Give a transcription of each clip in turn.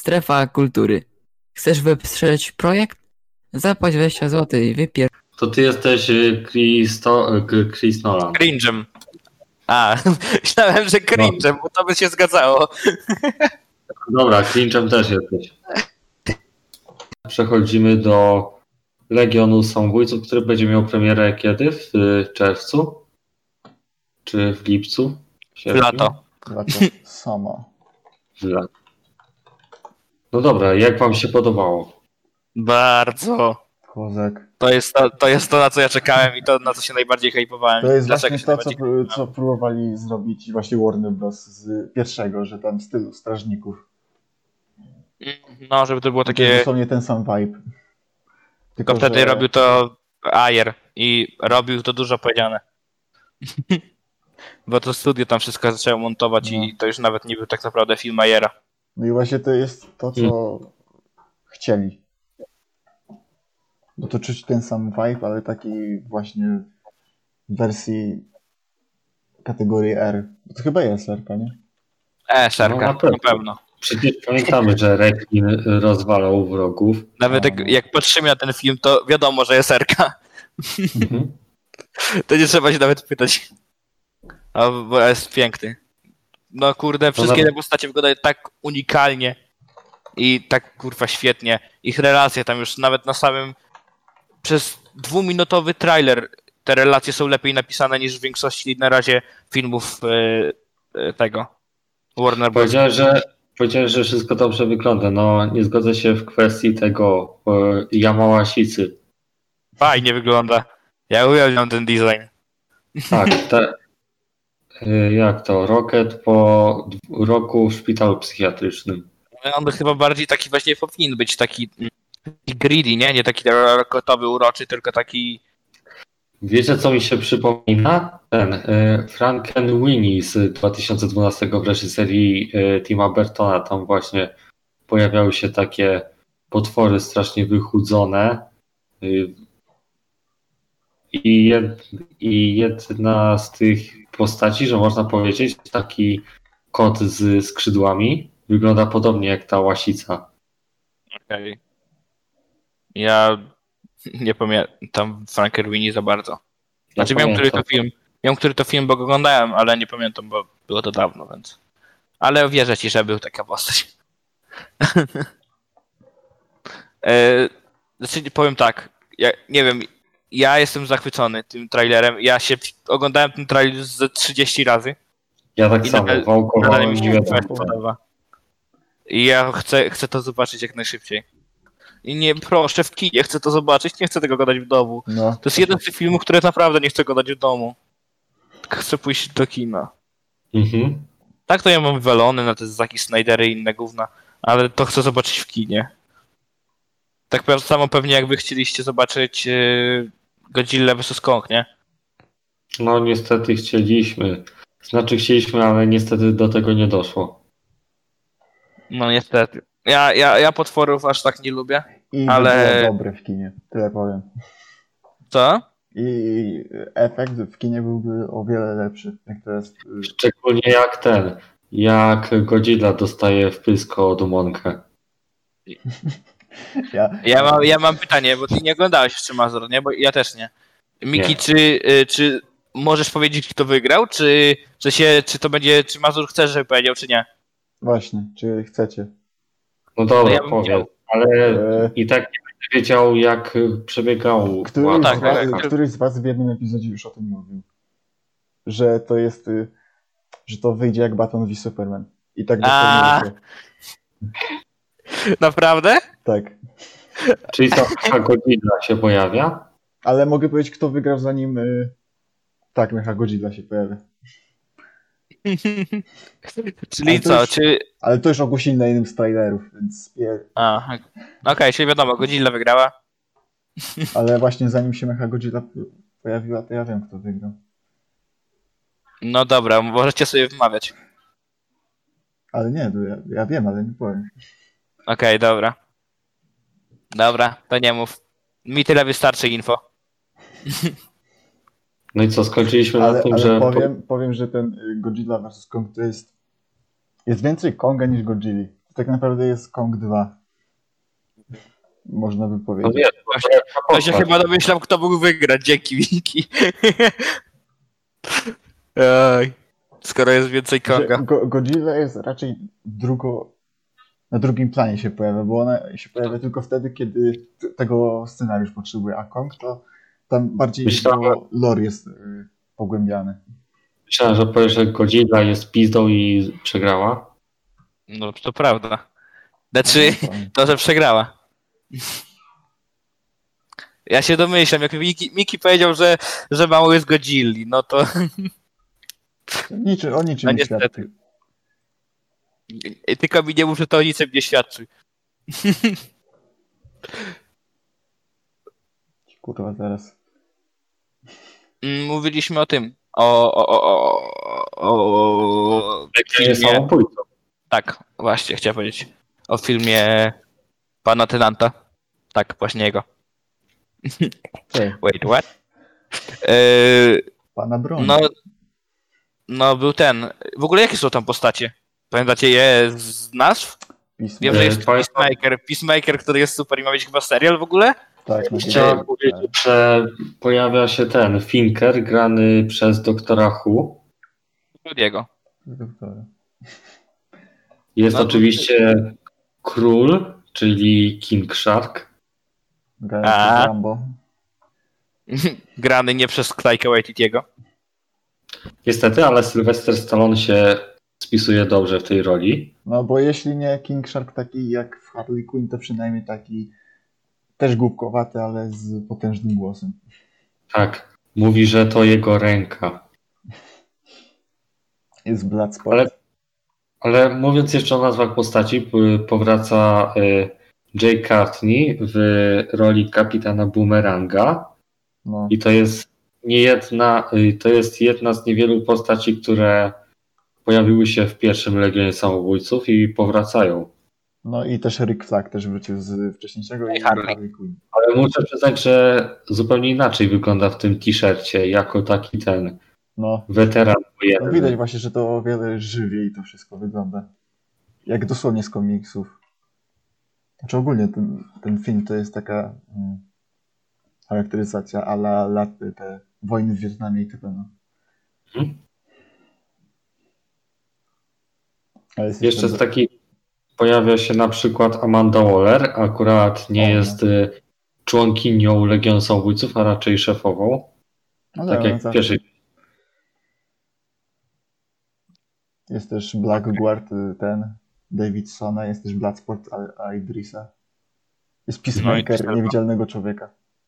Strefa kultury. Chcesz wesprzeć projekt? Zapłać 20 zł i wypier... To ty jesteś Chris Nolan. Cringe'em. A, myślałem, że cringe'em, bo to by się zgadzało. Dobra, Cringe'em też jesteś. Przechodzimy do Legionu Samobójców, który będzie miał premierę kiedy? W czerwcu? Czy w lipcu? W lato. Sama. W lato. No dobra, jak wam się podobało? Bardzo. Kozak. To jest to, na co ja czekałem i to, na co się najbardziej hypowałem. To jest Dlaczego właśnie to, co próbowali zrobić właśnie Warner Bros. Z pierwszego, że tam w stylu Strażników. No, żeby to było To jest takie... dosłownie ten sam vibe. Tylko wtedy robił to Ayer i robił to dużo powiedziane. Bo to studio tam wszystko zaczęło montować i to już nawet nie był tak naprawdę film Ayera. No i właśnie to jest to, co chcieli. Bo to czuć ten sam vibe, ale taki właśnie w wersji kategorii R. Bo to chyba jest R, nie? Szerka, No, na pewno. Przecież pamiętamy, że Rekin rozwalał wrogów. Nawet jak patrzymy na ten film, to wiadomo, że jest Erka. To nie trzeba się nawet pytać. Bo jest piękny. No kurde, wszystkie te postacie wyglądają tak unikalnie i tak kurwa świetnie. Ich relacje tam już nawet na samym... Przez 2-minutowy trailer te relacje są lepiej napisane niż w większości na razie filmów tego Warner Bros. Powiedziałeś, że wszystko dobrze wygląda. No nie zgodzę się w kwestii tego Yamałasicy. Fajnie wygląda. Ja uwielbiam ten design. Tak, jak to? Rocket po roku w szpitalu psychiatrycznym. On chyba bardziej taki właśnie powinien być taki greedy, nie taki rocketowy, uroczy, tylko taki... Wiecie, co mi się przypomina? Frankenweenie z 2012 w reżyserii Tima Burtona. Tam właśnie pojawiały się takie potwory strasznie wychudzone. I jedna z tych postaci, że można powiedzieć, taki kot z skrzydłami, wygląda podobnie jak ta łasica. Okej. Ja nie pamiętam Frankenweenie za bardzo. Znaczy wiem, który to film, bo go oglądałem, ale nie pamiętam, bo było to dawno, więc... Ale wierzę ci, że był taka postać. Znaczy, powiem tak, nie wiem, ja jestem zachwycony tym trailerem. Ja się oglądałem ten trailer ze 30 razy. Ja tak samo, wałkowałem mi się podoba. I ja chcę to zobaczyć jak najszybciej. I nie, proszę, w kinie chcę to zobaczyć, nie chcę tego oglądać w domu. No. To jest jeden z tych filmów, które naprawdę nie chcę oglądać w domu. Tylko chcę pójść do kina. Tak to ja mam wywalony na te Zaki Snydery i inne gówna, ale to chcę zobaczyć w kinie. Tak samo pewnie jak wy chcieliście zobaczyć Godzilla vs. Kong, nie? No niestety chcieliśmy. Znaczy chcieliśmy, ale niestety do tego nie doszło. No niestety. Ja potworów aż tak nie lubię, I ale... było dobre w kinie, tyle powiem. Co? I efekt w kinie byłby o wiele lepszy. Jak to jest... Szczególnie jak Godzilla dostaje wpysk od Monkę. Ja mam pytanie, bo ty nie oglądałeś jeszcze Mazur, nie? Bo ja też nie. Miki, Nie. czy możesz powiedzieć, kto wygrał? Czy to będzie, czy Mazur chce, żeby powiedział, czy nie? Właśnie, czy chcecie? No dobra, ja bym powiem. Ale i tak nie będę wiedział, jak przebiegał. Któryś z was w jednym epizodzie już o tym mówił. Że to jest... Że to wyjdzie jak Batman v Superman. I tak dokładnie wyszło. Naprawdę? Tak. Czyli to Godzilla się pojawia? Ale mogę powiedzieć, kto wygrał zanim... Tak, Mechagodzilla się pojawia. Czyli co? Ale to już ogłosili na jednym z trailerów, więc... Okej, czyli wiadomo, Godzilla wygrała. Ale właśnie zanim się Mechagodzilla pojawiła, to ja wiem, kto wygrał. No dobra, możecie sobie wymawiać. Ale nie, ja wiem, ale nie powiem. Okej, dobra. Dobra, to nie mów. Mi tyle wystarczy info. No i co, skończyliśmy na tym, że... Powiem, że ten Godzilla vs. Kong to jest więcej Konga niż Godzilli. to tak naprawdę jest Kong 2. Można by No powiedzieć. nie, To się chyba domyślam, kto mógł wygrać. Dzięki, Miki. Oj, skoro jest więcej Konga. Godzilla jest raczej na drugim planie się pojawia, bo ona się pojawia tylko wtedy, kiedy tego scenariusz potrzebuje, a Kong to tam bardziej Myślałem- lore jest pogłębiany. Myślałem, że powiesz, że Godzilla jest pizdą i przegrała. No, to prawda. Znaczy, No, to, że przegrała. Ja się domyślam, jak Miki powiedział, że mało jest Godzilli, no to o niczym No nie niestety. świadczy. tylko mi nie mów, że to o niczym nie świadczy. Kurwa, zaraz. Mówiliśmy o tym. Nie samobójcą. Tak, właśnie chciałem powiedzieć. O filmie pana Tenanta. Tak, właśnie jego. Cześć, Wait, what? pana broń. No był ten. W ogóle jakie są tam postacie? Pamiętacie je z nazw? Pismo. Wiem, że jest Pamiętam. Peacemaker, który jest super i ma być chyba serial w ogóle. Tak, Chciałem powiedzieć, że pojawia się ten Finker grany przez doktora Who. Jego. Doktora. Jest No, oczywiście król, czyli King Shark. Grając A. Rambo. Grany nie przez Taika Waititiego. Niestety, ale Sylvester Stallone się spisuje dobrze w tej roli. No bo jeśli nie King Shark taki jak w Harley Quinn, to przynajmniej taki też głupkowaty, ale z potężnym głosem. Tak, mówi, że to jego ręka. Jest Bloodsport. Ale mówiąc jeszcze o nazwach postaci, powraca Jay Courtney w roli kapitana Boomeranga. No. I to jest jedna z niewielu postaci, które pojawiły się w pierwszym Legionie Samobójców i powracają. No i też Rick Flag też wrócił z wcześniejszego I i Harley. Quinn. Ale muszę przyznać, że zupełnie inaczej wygląda w tym t-shircie, jako taki ten No. weteran No wojenny. widać właśnie, że to o wiele żywiej to wszystko wygląda. Jak dosłownie z komiksów. Znaczy ogólnie ten film to jest taka charakteryzacja a la te wojny w Wietnamie i tyle. No. Mhm. Ale jest Jeszcze z takich pojawia się na przykład Amanda Waller, akurat nie jest członkinią Legionu Samobójców, a raczej szefową. no, Tak jak w pierwszej. Jest też Blackguard, ten Davidsona, jest też Bloodsport, a Idrisa. Jest Peacemaker, No i niewidzialnego człowieka.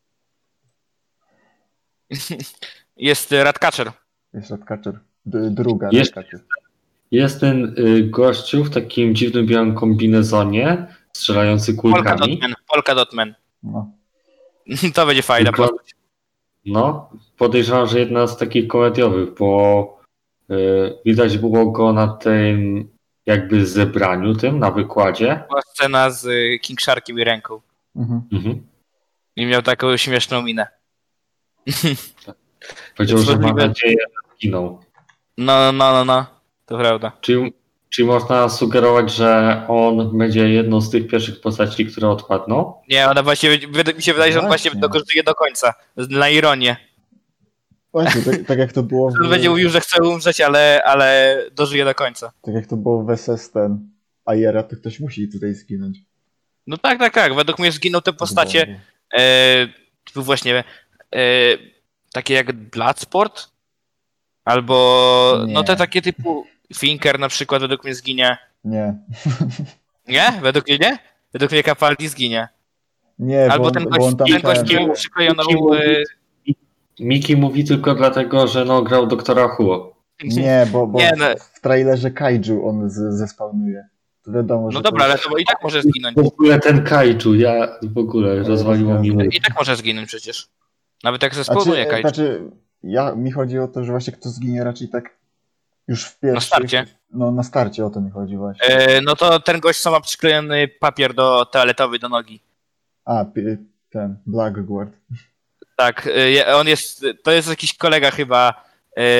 Jest Ratcatcher. Jest Ratcatcher. Druga Jest- Ratcatcher. Jest ten gościu w takim dziwnym białym kombinezonie, strzelający kulkami. Polka Dotman. No. To będzie fajna Wygląda- postać. No, podejrzewam, że jedna z takich komediowych, bo widać było go na tym jakby zebraniu tym, na wykładzie. Była scena z King Sharkiem i ręką. Mhm. Mhm. I miał taką śmieszną minę. Powiedział, Jest że ma możliwe. nadzieję, że zginął. No. To prawda. Czyli można sugerować, że on będzie jedną z tych pierwszych postaci, które odpadną? Nie, ona właściwie, mi się wydaje, że on właśnie Właśnie. dożyje do końca. Na ironię. Właśnie, tak jak to było On będzie mówił, że chce umrzeć, ale dożyje do końca. tak jak to było w SS ten Ayera, to ktoś musi tutaj zginąć. No tak. Według mnie zginą te postacie typu właśnie takie jak Bloodsport albo Nie. no te takie typu Finker na przykład według mnie zginie. Nie. Nie? Według mnie nie? Według mnie Capaldi zginie. Nie, Albo bo on tam ten gość miał przyklejoną... Miki mówi tylko dlatego, że no grał doktora Who. Nie, bo Nie, no. w trailerze Kaiju on zespawnuje. To wiadomo, że No dobra, to ale to i tak może zginąć. W ogóle ten kaiju, ja w ogóle rozwaliło mi mózg. I tak może zginąć przecież. Nawet jak zespawnuje Kaiju. Mi chodzi o to, że właśnie kto zginie raczej tak już w pierwszych... Na starcie? No na starcie o to mi chodzi właśnie. No to ten gość, co ma przyklejony papier toaletowy do nogi. A, ten, Blackguard. Tak, on jest, to jest jakiś kolega chyba,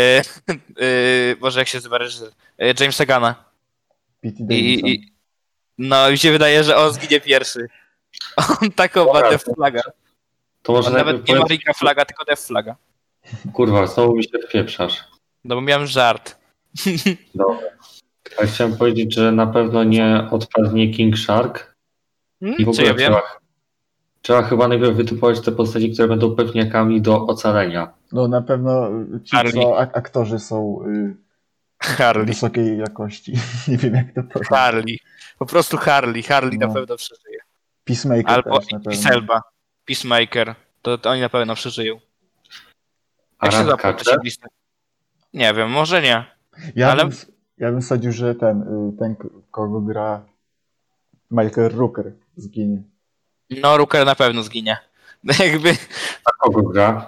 może jak się nazywa reżyser, Jamesa Gana. P.T. Davidson. No mi się wydaje, że on zginie pierwszy. On taką ma death flaga. To może On nawet najpierw nie ma powiedz... Rika flaga, tylko death flaga. Kurwa, znowu mi się wpieprzasz. No bo miałem żart. Dobra. A chciałem powiedzieć, że na pewno nie odpadnie King Shark. I w Czy ja ogóle wiem? trzeba chyba najpierw wytypować te postaci, które będą pewniakami do ocalenia. No na pewno ci, Harley. co aktorzy są Harley. wysokiej jakości. Nie wiem jak to powiedzieć. Harley. Po prostu Harley. Harley No. na pewno przeżyje. Peacemaker Albo też na pewno. Selba. Peacemaker. To oni na pewno przeżyją. A Jak się Radka, zapłaci listę? Nie wiem, może nie. Ja, ale- ja bym sądził, że ten kogo gra Michael Rooker zginie. No, Rooker na pewno zginie. Jakby... A kogo gra?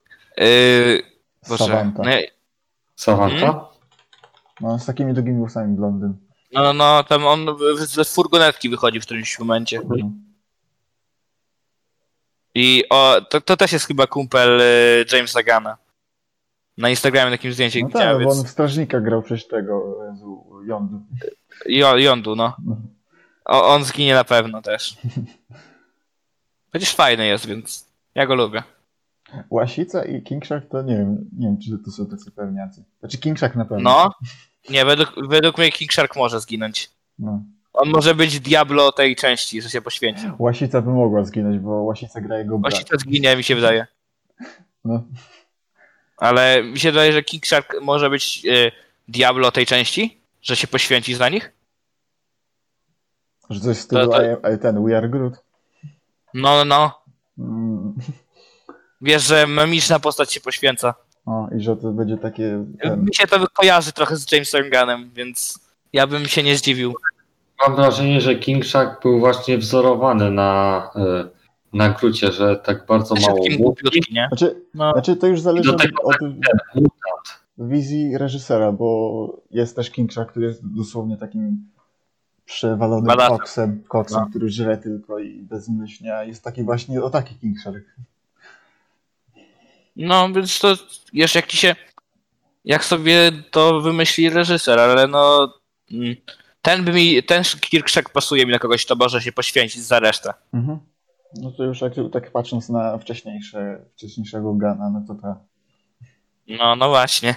Boże. Savanta. Savanta? No z takimi długimi włosami blondyn. No, tam on ze furgonetki wychodzi w którymś momencie. No. I to też jest chyba kumpel Jamesa Gunna. Na Instagramie takim zdjęcie No widziałem, tak, bo on więc... w Strażnika grał przecież tego Yondu. Yondu, no. No. On zginie na pewno też. Chociaż fajny jest, więc ja go lubię. Łasica i King Shark to nie wiem czy to są tacy pewniacy. Znaczy King Shark na pewno. No. Nie, według mnie King Shark może zginąć. No. On może być Diablo tej części, że się poświęci. Łasica by mogła zginąć, bo Łasica gra jego brat. Właśnie to zginie, mi się wydaje. No. Ale mi się wydaje, że King Shark może być Diablo tej części, że się poświęci za nich. Że coś w stylu ten We Are Groot. No. Mm. Wiesz, że memiczna postać się poświęca. O, i że to będzie takie... Mi się to kojarzy trochę z Jamesem Gunnem, więc ja bym się nie zdziwił. Mam wrażenie, że King Shark był właśnie wzorowany na Grucie, że tak bardzo Też mało takim mówi. głupiutki, nie? Znaczy to już zależy do tego od mutant. wizji reżysera, bo jest też King Shark, który jest dosłownie takim przewalonym Badaczem. koksem, No. który żre tylko i bezmyślnie, a jest taki właśnie o taki King Shark. No, więc to jeszcze jak ci się... Jak sobie to wymyśli reżyser, ale no... Ten King Shark pasuje mi na kogoś, kto może się poświęcić za resztę. Mhm. No to już tak patrząc na wcześniejszego Gana, no to tak. No właśnie.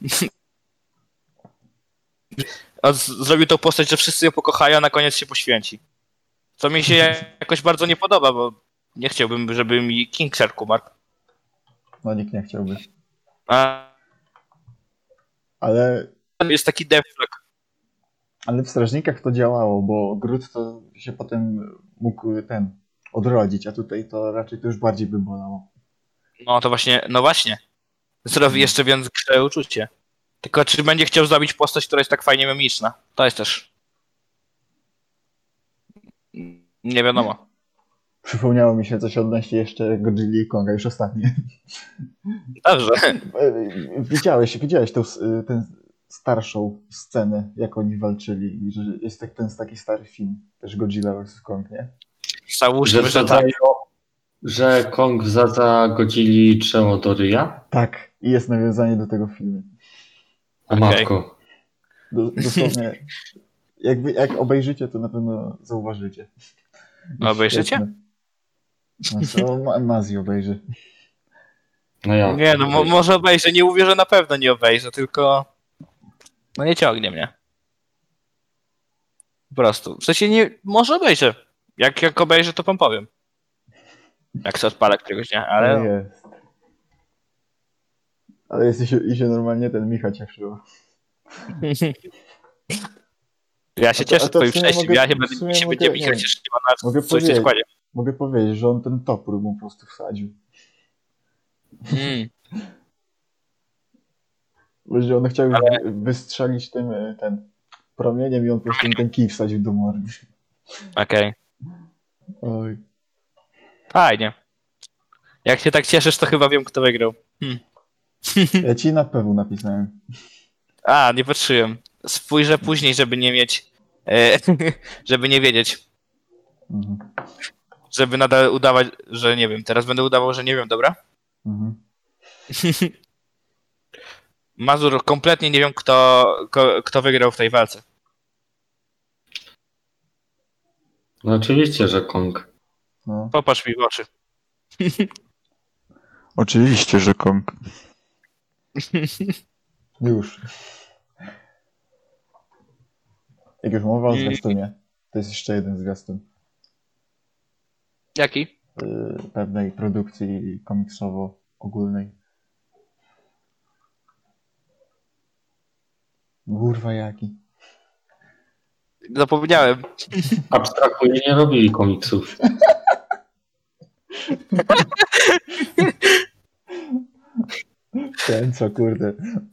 On zrobił tą postać, że wszyscy ją pokochają, a na koniec się poświęci. Co mi się jakoś bardzo nie podoba, bo nie chciałbym, żeby mi King Shark umarł. No nikt nie chciałby. A Ale jest taki death flag. w Strażnikach to działało, bo Groot to się potem mógł odrodzić, a tutaj to raczej to już bardziej by bolało. No właśnie. Zrobi jeszcze większe uczucie. Tylko czy będzie chciał zrobić postać, która jest tak fajnie memiczna? To jest też... Nie wiadomo. Przypomniało mi się coś odnośnie jeszcze Godzilli i Konga, już ostatnie. Dobrze. Widziałeś tę starszą scenę, jak oni walczyli, i że jest taki stary film, też Godzilla vs. Kong, nie? Załóżmy, że tak. Że Kong wsadza Godzilli drzewo do ryja? Tak, i jest nawiązanie do tego filmu. O Okej. matko. Dosłownie, jak obejrzycie, to na pewno zauważycie. Obejrzycie? Świetne. No, Mazji obejrzy. No ja. Nie, no może obejrzę. Nie mówię, że na pewno nie obejrzę, tylko... No nie ciągnie mnie. Po prostu. W sensie nie... Może obejrzę. Jak obejrzę, to wam powiem. Jak się odpalę któregoś dnia, ale... Jest. Ale jest i się normalnie ten Michał cieszył. Ja się A cieszę to w twoim sumie szczęściem. mogę- Ja się w sumie się mogę- będzie nie Michał wiem. cieszyć, Mogę na coś w tym składzie. Mogę powiedzieć, że on ten topór mu po prostu wsadził. Bo że on chciał wystrzelić ten promieniem i on po prostu ten kij wsadził do mordy. Okej. Oj. Fajnie. Jak się tak cieszysz, to chyba wiem, kto wygrał. Ja ci na pewno napisałem. A, nie patrzyłem. Spójrzę później, żeby nie mieć... żeby nie wiedzieć. Mhm. Żeby nadal udawać, że nie wiem. Teraz będę udawał, że nie wiem, dobra? Mhm. Mazur, kompletnie nie wiem, kto wygrał w tej walce. No oczywiście, że Kong. No. Popatrz mi w oczy. Oczywiście, że Kong. Już. Jak już mowa o zwiastunie, to jest jeszcze jeden zwiastun Jaki? pewnej produkcji komiksowo-ogólnej. Kurwa jaki. Zapomniałem. Abstrakuje nie robili komiksów. Ten co, kurde.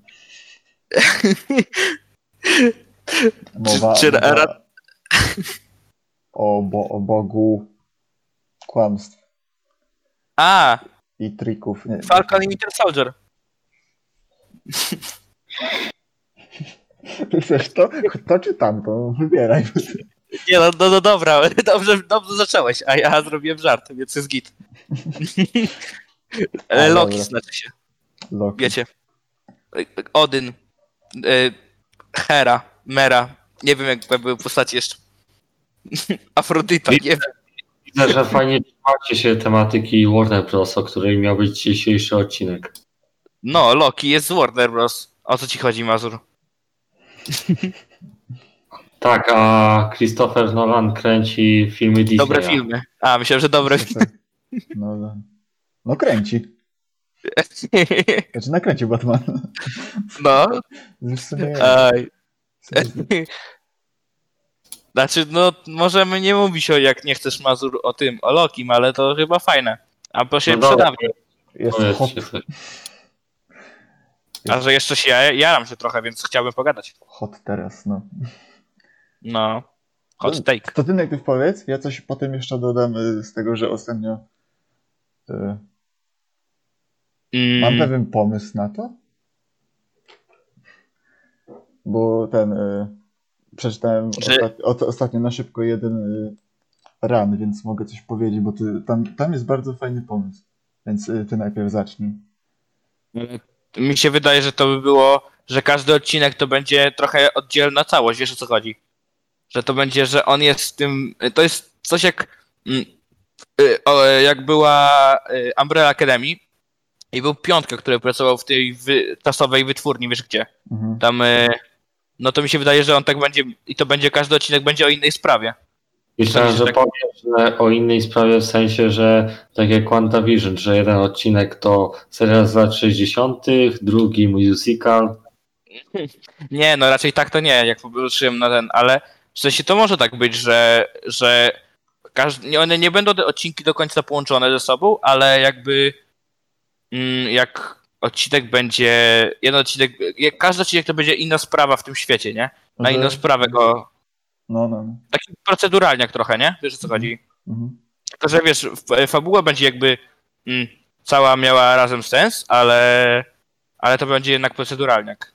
Mowa o Bogu kłamstw A, i trików. Nie, Falcon i Winter Soldier. ty chcesz to czy tamto? Wybieraj. Nie no dobra, dobrze zacząłeś, a ja zrobiłem żart, więc jest git. A, Loki dobra. znaczy się, Loki. wiecie. Odyn, Hera, Mera, nie wiem jak były postaci jeszcze. Afrodyta, nie wiem. Widzę, że fajnie trzymacie się tematyki Warner Bros., o której miał być dzisiejszy odcinek. No, Loki jest z Warner Bros. O co ci chodzi, Mazur? Tak, a Christopher Nolan kręci filmy Disneya. Dobre filmy. A, myślałem, że dobre filmy. No kręci. Znaczy nakręcił Batman. No. W sumie, Aj. w sumie Znaczy, no, możemy nie mówić o jak nie chcesz, Mazur, o Lokim, ale to chyba fajne. A to się No dobra. przedawnia. jest hot, Powiedzcie coś. A że jeszcze się jaram się trochę, więc chciałbym pogadać. hot teraz, no. No. Hot take. To ty najpierw powiedz, ja coś potem jeszcze dodam z tego, że ostatnio mam pewien pomysł na to, bo przeczytałem ostatnio na szybko jeden run, więc mogę coś powiedzieć, bo tam jest bardzo fajny pomysł, więc ty najpierw zacznij. Mi się wydaje, że to by było, że każdy odcinek to będzie trochę oddzielna całość, wiesz o co chodzi? Że to będzie, że on jest w tym... To jest coś jak była Umbrella Academy i był Piątka, który pracował w tej czasowej wytwórni, wiesz gdzie? Mhm. Tam... No to mi się wydaje, że on tak będzie i to będzie, każdy odcinek będzie o innej sprawie. Myślałem, że powiem, że o innej sprawie w sensie, że tak jak WandaVision, że jeden odcinek to serial z lat 60., drugi musical. Nie, no raczej tak to nie, jak popatrzyłem na ten, ale w sensie to może tak być, że one nie będą te odcinki do końca połączone ze sobą, ale jakby jak odcinek będzie, każdy odcinek to będzie inna sprawa w tym świecie, nie? Na inną sprawę go... No. Taki proceduralniak trochę, nie? Wiesz o co chodzi? Mhm. To, że wiesz, fabuła będzie jakby cała miała razem sens, ale to będzie jednak proceduralniak.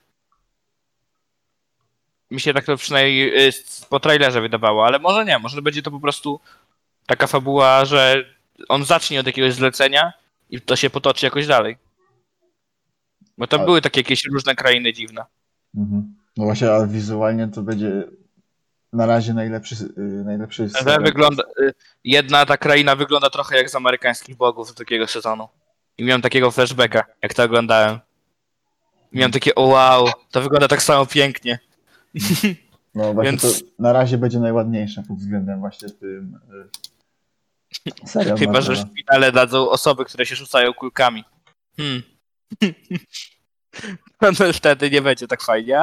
Mi się tak to przynajmniej po trailerze wydawało, ale może nie, może będzie to po prostu taka fabuła, że on zacznie od jakiegoś zlecenia i to się potoczy jakoś dalej. Bo tam były takie jakieś różne krainy dziwne. Mhm. No właśnie, a wizualnie to będzie na razie najlepszy Jedna ta kraina wygląda trochę jak z amerykańskich bogów z takiego sezonu. I miałem takiego flashbacka, jak to oglądałem. Miałem takie, o wow, to wygląda tak samo pięknie. No właśnie, Więc... to na razie będzie najładniejsze pod względem właśnie tym serial. Chyba, że w finale dadzą osoby, które się rzucają kulkami. No wtedy nie będzie tak fajnie,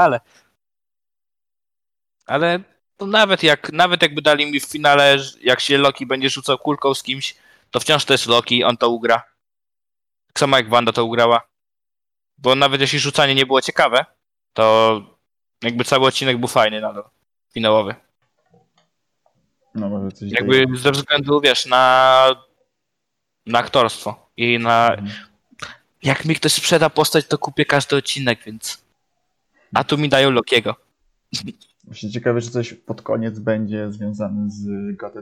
ale to nawet jakby dali mi w finale, jak się Loki będzie rzucał kulką z kimś, to wciąż to jest Loki, on to ugra. Tak samo jak Wanda to ugrała. Bo nawet jeśli rzucanie nie było ciekawe, to jakby cały odcinek był fajny nadal, finałowy. No może coś jakby ze względu, wiesz, na aktorstwo i na... Jak mi ktoś sprzeda postać, to kupię każdy odcinek, więc... A tu mi dają Lokiego. Właśnie ciekawe, czy coś pod koniec będzie związane z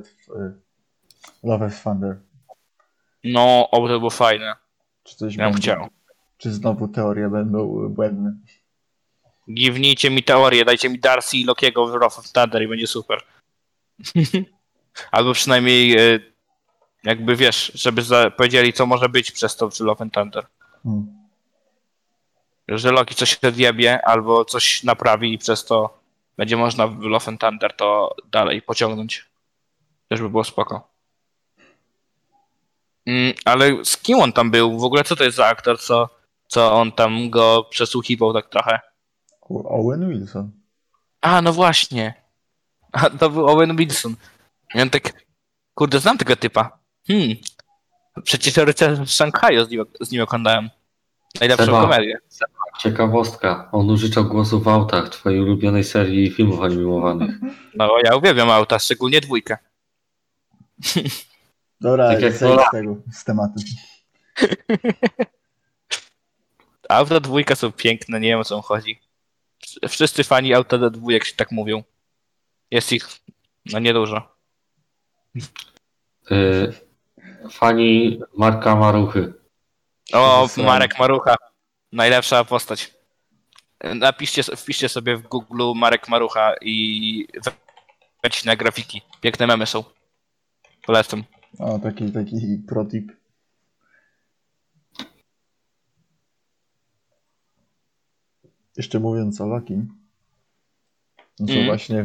Love and Thunder. No, to było fajne. Czy coś Ja bym będzie? chciał. Czy znowu teorie będą błędne? Giwnijcie mi teorię, dajcie mi Darcy i Lokiego w Love of Thunder i będzie super. Albo przynajmniej jakby wiesz, żeby powiedzieli, co może być przez to przy Love and Thunder. Że Loki coś odjebie albo coś naprawi i przez to będzie można w Love and Thunder to dalej pociągnąć. Też by było spoko. Ale z kim on tam był? W ogóle co to jest za aktor, co on tam go przesłuchiwał tak trochę? Owen Wilson. A, no właśnie. A, to był Owen Wilson. I on tak, kurde, znam tego typa. Przecież Rycerz z Szanghaju z nim oglądałem. Najlepszą komedię. Ciekawostka. On użyczał głosu w autach twojej ulubionej serii filmów animowanych. No, ja uwielbiam auta, szczególnie 2. Dobra, Tak jak z tematu. Auta 2 są piękne, nie wiem o co chodzi. Wszyscy fani auta do 2 się tak mówią. Jest ich no niedużo. Fani Marka Maruchy. O, Marek Marucha. Najlepsza postać. Wpiszcie sobie w Google Marek Marucha i wejdźcie na grafiki. Piękne memy są. Polecam. O, taki protip. Jeszcze mówiąc o Lokim, no to właśnie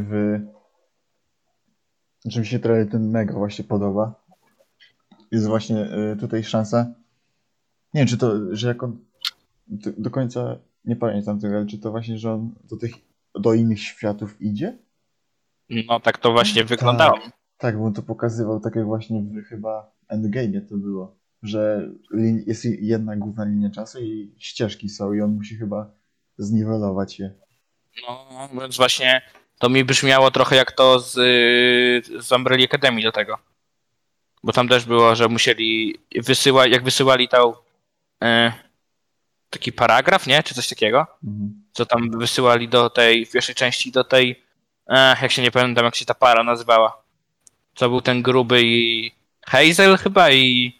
znaczy mi się trochę ten mega właśnie podoba. Jest właśnie tutaj szansa. Nie wiem, czy to, że jak on do końca nie pamiętam tego, ale czy to właśnie, że on do innych światów idzie? No tak to właśnie wyglądało. Tak, bo on to pokazywał, tak jak właśnie w chyba Endgame'ie to było, że jest jedna główna linia czasu i ścieżki są i on musi chyba zniwelować je. No, więc właśnie to mi brzmiało trochę jak to z Umbrella Academy do tego. Bo tam też było, że musieli wysyłali tam taki paragraf, nie? Czy coś takiego? Co tam wysyłali do tej, w pierwszej części do tej, jak się nie pamiętam, jak się ta para nazywała. Co był ten gruby i Hazel chyba i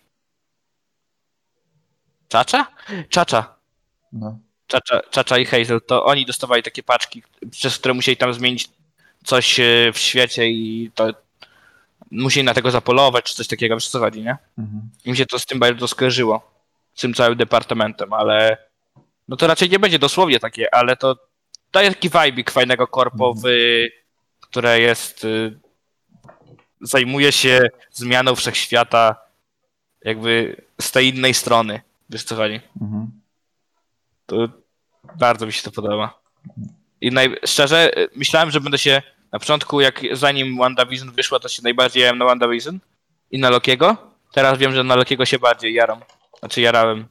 Czacza? No. Czacza i Hazel, to oni dostawali takie paczki, przez które musieli tam zmienić coś w świecie i to musieli na tego zapolować, czy coś takiego, wiesz co chodzi, nie? I mi się to z tym bardzo skojarzyło. Z tym całym departamentem, ale no to raczej nie będzie dosłownie takie, ale to daje taki vibe'ik fajnego korpo, które jest zajmuje się zmianą wszechświata jakby z tej innej strony, wiesz co chodzi. To bardzo mi się to podoba. I szczerze, myślałem, że będę się na początku, zanim WandaVision wyszła, to się najbardziej jarałem na WandaVision i na Lokiego. Teraz wiem, że na Lokiego się bardziej jaram. Znaczy jarałem.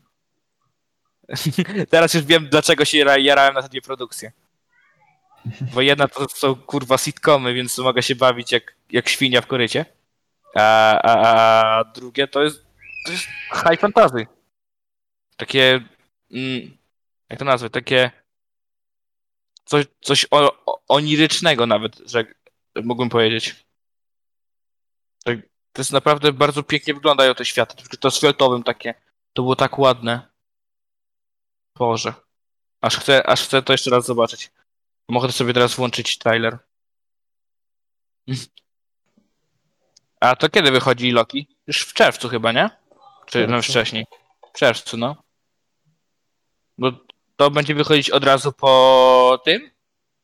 Teraz już wiem, dlaczego się jarałem na te dwie produkcje. Bo jedna to są kurwa sitcomy, więc mogę się bawić jak świnia w korycie. A drugie to jest high fantasy. Takie jak to nazwać? Takie coś onirycznego nawet, że mógłbym powiedzieć. To jest naprawdę bardzo pięknie wyglądają te światy. To z fioletowym takie. To było tak ładne. Boże. Aż chcę to jeszcze raz zobaczyć. Mogę sobie teraz włączyć trailer. A to kiedy wychodzi Loki? Już w czerwcu chyba, nie? Czy no wcześniej? W czerwcu, no. Bo to będzie wychodzić od razu po tym?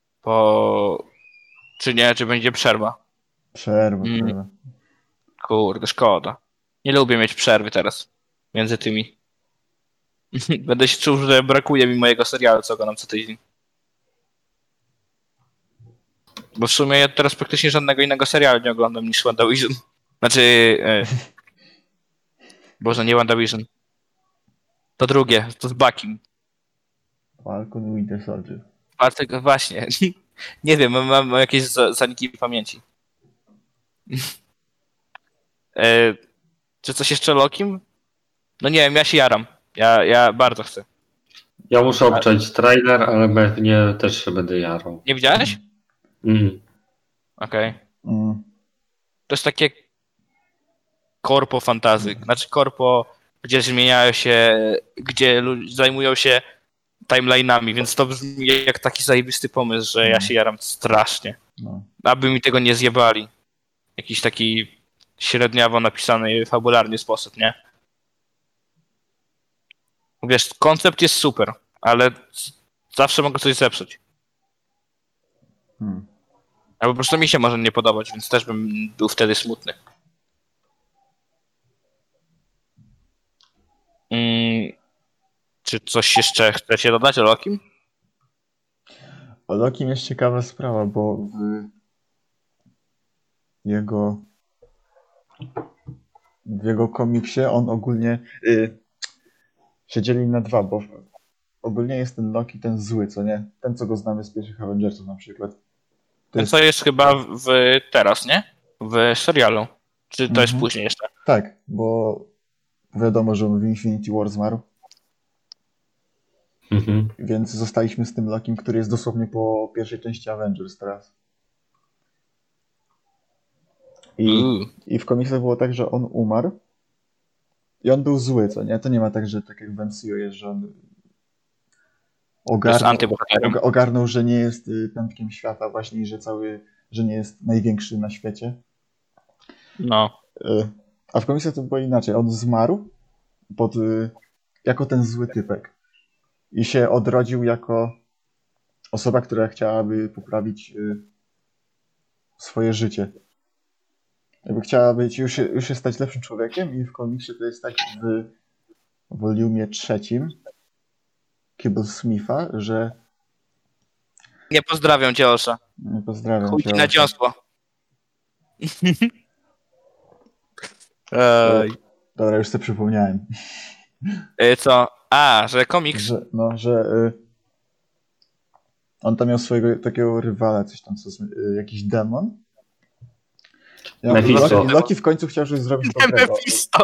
Czy nie? Czy będzie przerwa? Przerwa. Kurde, szkoda. Nie lubię mieć przerwy teraz. Między tymi. Będę się czuł, że brakuje mi mojego serialu, co oglądam co tydzień. Bo w sumie ja teraz praktycznie żadnego innego serialu nie oglądam niż WandaVision. Znaczy... Boże, nie WandaVision. To drugie, to z Buckim. Falcon Winter Soldier. Właśnie. Nie wiem, mam jakieś zaniki pamięci. Czy coś jeszcze Lokim? No nie wiem, ja się jaram. Ja bardzo chcę. Ja muszę obczaić trailer, ale pewnie też się będę jarał. Nie widziałeś? Okej. To jest takie korpo fantazy. Znaczy korpo, gdzie zmieniają się, gdzie zajmują się timeline'ami, więc to brzmi jak taki zajebisty pomysł, że ja się jaram strasznie. Aby mi tego nie zjebali. jakiś taki średniawo napisany fabularnie sposób, nie? Wiesz, koncept jest super, ale zawsze mogę coś zepsuć. Albo po prostu mi się może nie podobać, więc też bym był wtedy smutny. Czy coś jeszcze chcecie dodać o Lokim? O Lokim jest ciekawa sprawa, bo w jego komiksie on ogólnie się dzieli na dwa, bo ogólnie jest ten Loki, ten zły, co nie? Ten, co go znamy z pierwszych Avengersów na przykład. To jest chyba teraz, nie? W serialu. Czy to jest później jeszcze? Tak, bo wiadomo, że on w Infinity War zmarł. Więc zostaliśmy z tym Lokim, który jest dosłownie po pierwszej części Avengers teraz. I w komiksach było tak, że on umarł i on był zły, co nie? To nie ma tak, że tak jak w MCU jest, że on ogarnął, że nie jest pępkiem świata właśnie i że nie jest największy na świecie. No. A w komiksach to było inaczej. On zmarł jako ten zły typek i się odrodził jako osoba, która chciałaby poprawić swoje życie. Jakby chciała być, już się stać lepszym człowiekiem i w komiksie to jest tak w volumie 3 Kibble Smitha, że... Nie pozdrawiam cię, Osza. Nie pozdrawiam Chuj cię. na dziosło. Dobra, już sobie przypomniałem. Co? Że komiks? Że on tam miał swojego takiego rywala, coś tam, jakiś demon. Loki w końcu chciał coś zrobić dobrego. Mephisto!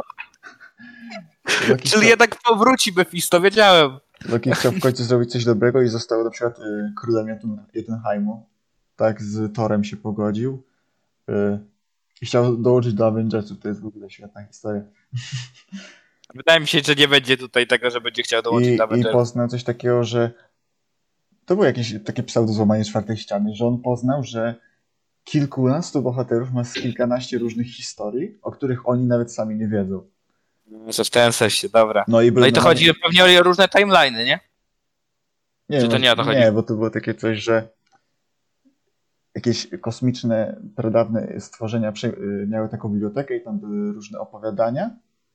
Czyli jednak powróci Mephisto, wiedziałem. Loki chciał w końcu zrobić coś dobrego i został na przykład królem Jotunheimu. Tak, z Thorem się pogodził. I chciał dołączyć do Avengersów. To jest w ogóle świetna historia. Wydaje mi się, że nie będzie tutaj tego, że będzie chciał dołączyć do Avengersów. I poznał coś takiego, że to było jakieś takie pseudo-złamanie czwartej ściany, że on poznał, że kilkunastu bohaterów ma z kilkanaście różnych historii, o których oni nawet sami nie wiedzą. Że w ten sensie, dobra. No i to chodzi pewnie o różne timeliny, nie? Nie, czy to nie o to chodzi? Nie, bo to było takie coś, że jakieś kosmiczne, pradawne stworzenia miały taką bibliotekę i tam były różne opowiadania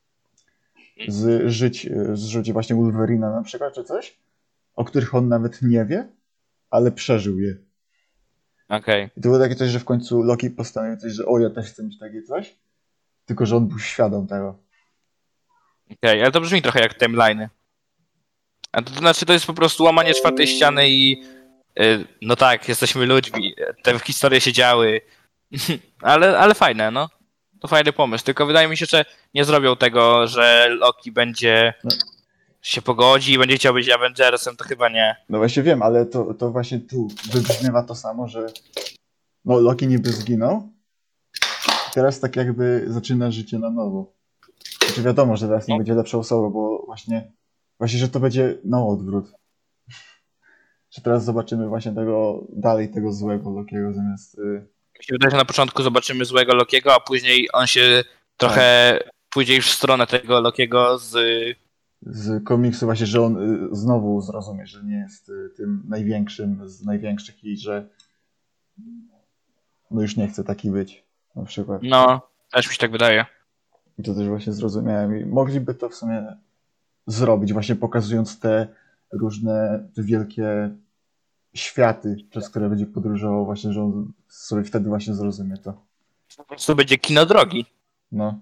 z życia właśnie Wolverina na przykład, czy coś, o których on nawet nie wie, ale przeżył je. Okej. I to było takie coś, że w końcu Loki postanowił coś, że ja też chcę mieć takie coś, tylko że on był świadom tego. Okej, ale to brzmi trochę jak timeliny. A to znaczy, to jest po prostu łamanie czwartej ściany i no tak, jesteśmy ludźmi, te historie się działy, ale fajne, no. To fajny pomysł, tylko wydaje mi się, że nie zrobią tego, że Loki będzie się pogodzi i będzie chciał być Avengersem, to chyba nie. No właśnie wiem, ale to właśnie tu wybrzmiewa to samo, że no Loki niby zginął, teraz tak jakby zaczyna życie na nowo. Znaczy wiadomo, że teraz nie będzie lepszą osobą, bo właśnie, że to będzie na odwrót. Że teraz zobaczymy właśnie tego złego Lokiego zamiast... Mi się wydaje, że na początku zobaczymy złego Lokiego, a później on się trochę pójdzie już w stronę tego Lokiego z komiksu właśnie, że on znowu zrozumie, że nie jest tym największym z największych i że no już nie chce taki być, na przykład. No, też mi się tak wydaje. I to też właśnie zrozumiałem i mogliby to w sumie zrobić, właśnie pokazując te różne, te wielkie światy, przez które będzie podróżował właśnie, że on sobie wtedy właśnie zrozumie to. Po prostu będzie kino drogi. No.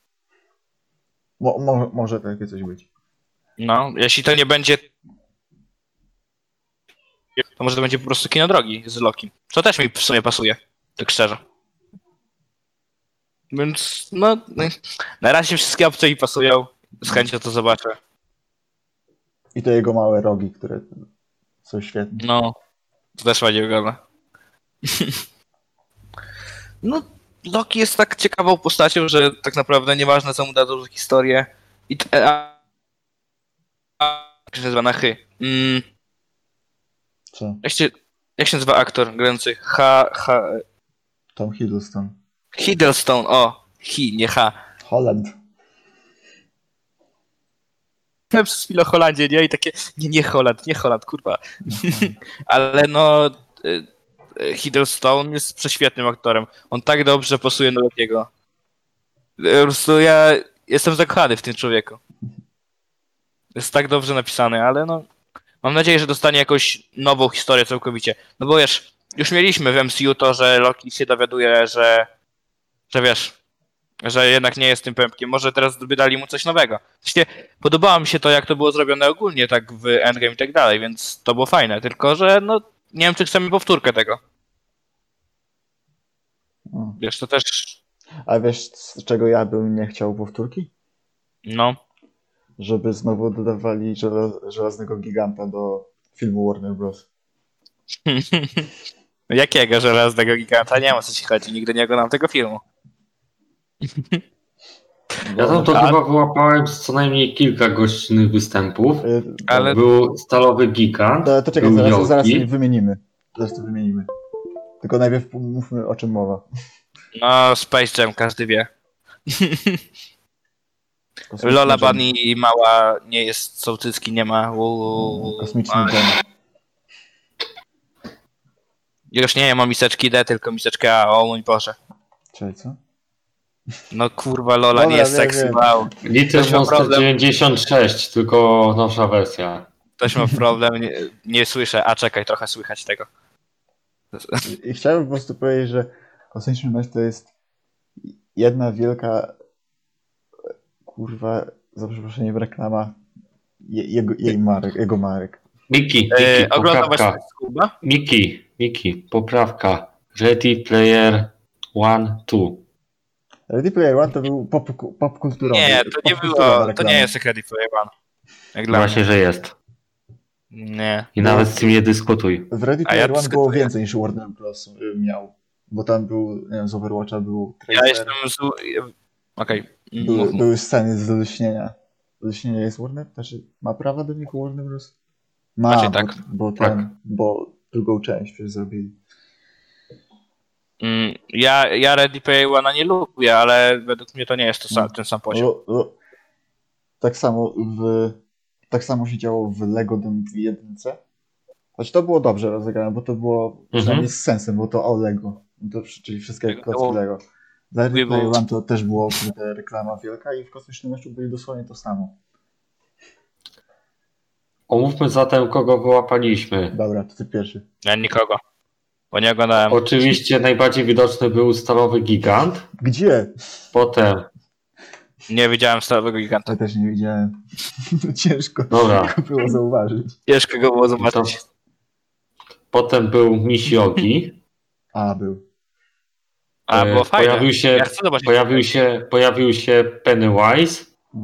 Może takie coś być. No, jeśli to nie będzie, to może to będzie po prostu kino drogi z Loki. Co też mi w sumie pasuje, tak szczerze. Więc no, na razie wszystkie opcje mi pasują. Z chęcią to zobaczę. I te jego małe rogi, które są świetne. No, to też fajnie wygląda. No, Loki jest tak ciekawą postacią, że tak naprawdę nieważne co mu dadzą za historię. I jak się nazywa na chy? Co? Jak się nazywa aktor grający? Tom Hiddleston. Hiddleston, nie H. Holland. Przez chwilę o Holandzie, nie? I takie, nie Holland, kurwa. Ale no, Hiddleston jest prześwietnym aktorem. On tak dobrze pasuje do Lokiego. Po prostu ja jestem zakochany w tym człowieku. Jest tak dobrze napisany, ale no, mam nadzieję, że dostanie jakąś nową historię całkowicie. No bo wiesz, już mieliśmy w MCU to, że Loki się dowiaduje, że wiesz, że jednak nie jest tym pępkiem. Może teraz by dali mu coś nowego. Właściwie podobało mi się to, jak to było zrobione ogólnie, tak w Endgame i tak dalej, więc to było fajne. Tylko, że no, nie wiem, czy chcemy powtórkę tego. Wiesz, to też... A wiesz, z czego ja bym nie chciał powtórki? No. Żeby znowu dodawali żelaznego giganta do filmu Warner Bros. Jakiego żelaznego giganta? Nie wiem, o co ci chodzi. Nigdy nie oglądam tego filmu. Ja tam to chyba wyłapałem z co najmniej kilka gościnnych występów. Ale... Był stalowy gigant. To czekaj, był zaraz Joki. wymienimy. Zaraz to wymienimy. Tylko najpierw mówmy, o czym mowa. No, Space Jam, każdy wie. Lola Bunny i mała nie jest, sołtycki nie ma. Kosmiczny dżem. Już nie ma miseczki D, tylko miseczkę A, o mój Boże. Czyli co? No kurwa, Lola Dobra, nie jest wiem. sexy, wow. Little Monster 96, tylko nowsza wersja. Ktoś ma problem, nie słyszę. A czekaj, trochę słychać tego. I chciałbym po prostu powiedzieć, że Kosmiczny Mecz to jest jedna wielka kurwa, za przeproszeniem, reklama jego marek. Miki, Oglądałeś poprawka. Miki, poprawka. Ready Player One, 2. Ready Player One to był popkulturowy. Nie, to nie było, to nie jest jak Ready Player One. Jak dla Właśnie, mnie. że jest. Nie. I nawet z tym nie dyskutuj. W Ready Player One było więcej niż Warner Bros. Miał. Bo tam był, nie wiem, z Overwatcha był trailer. Ja jestem Okej. Były sceny z lśnienia. Lśnienie jest Warner? Znaczy, ma prawa do niego Warner Bros? Ma, Znaczy, tak. Bo drugą część przecież zrobili. Ja Ready Player One nie lubię, ale według mnie to nie jest ten sam poziom. Tak samo się działo w Lego w 1. Choć to było dobrze rozegrane, bo to było przynajmniej z sensem, bo to o Lego. To, czyli wszystkie klocki Lego. Dla Ready Player One to też było reklama wielka i w Kosmicznym Meczu byli dosłownie to samo. Omówmy zatem, kogo wyłapaliśmy. Dobra, to ty pierwszy. Ja nikogo, bo nie oglądałem. Oczywiście najbardziej widoczny był stalowy gigant. Gdzie? Potem... Nie widziałem Stalowego Giganta. Ja też nie widziałem. Ciężko było zauważyć. Ciężko go było zobaczyć. Potem był Miss Yogi. Był. Było fajne. Pojawił się Pennywise.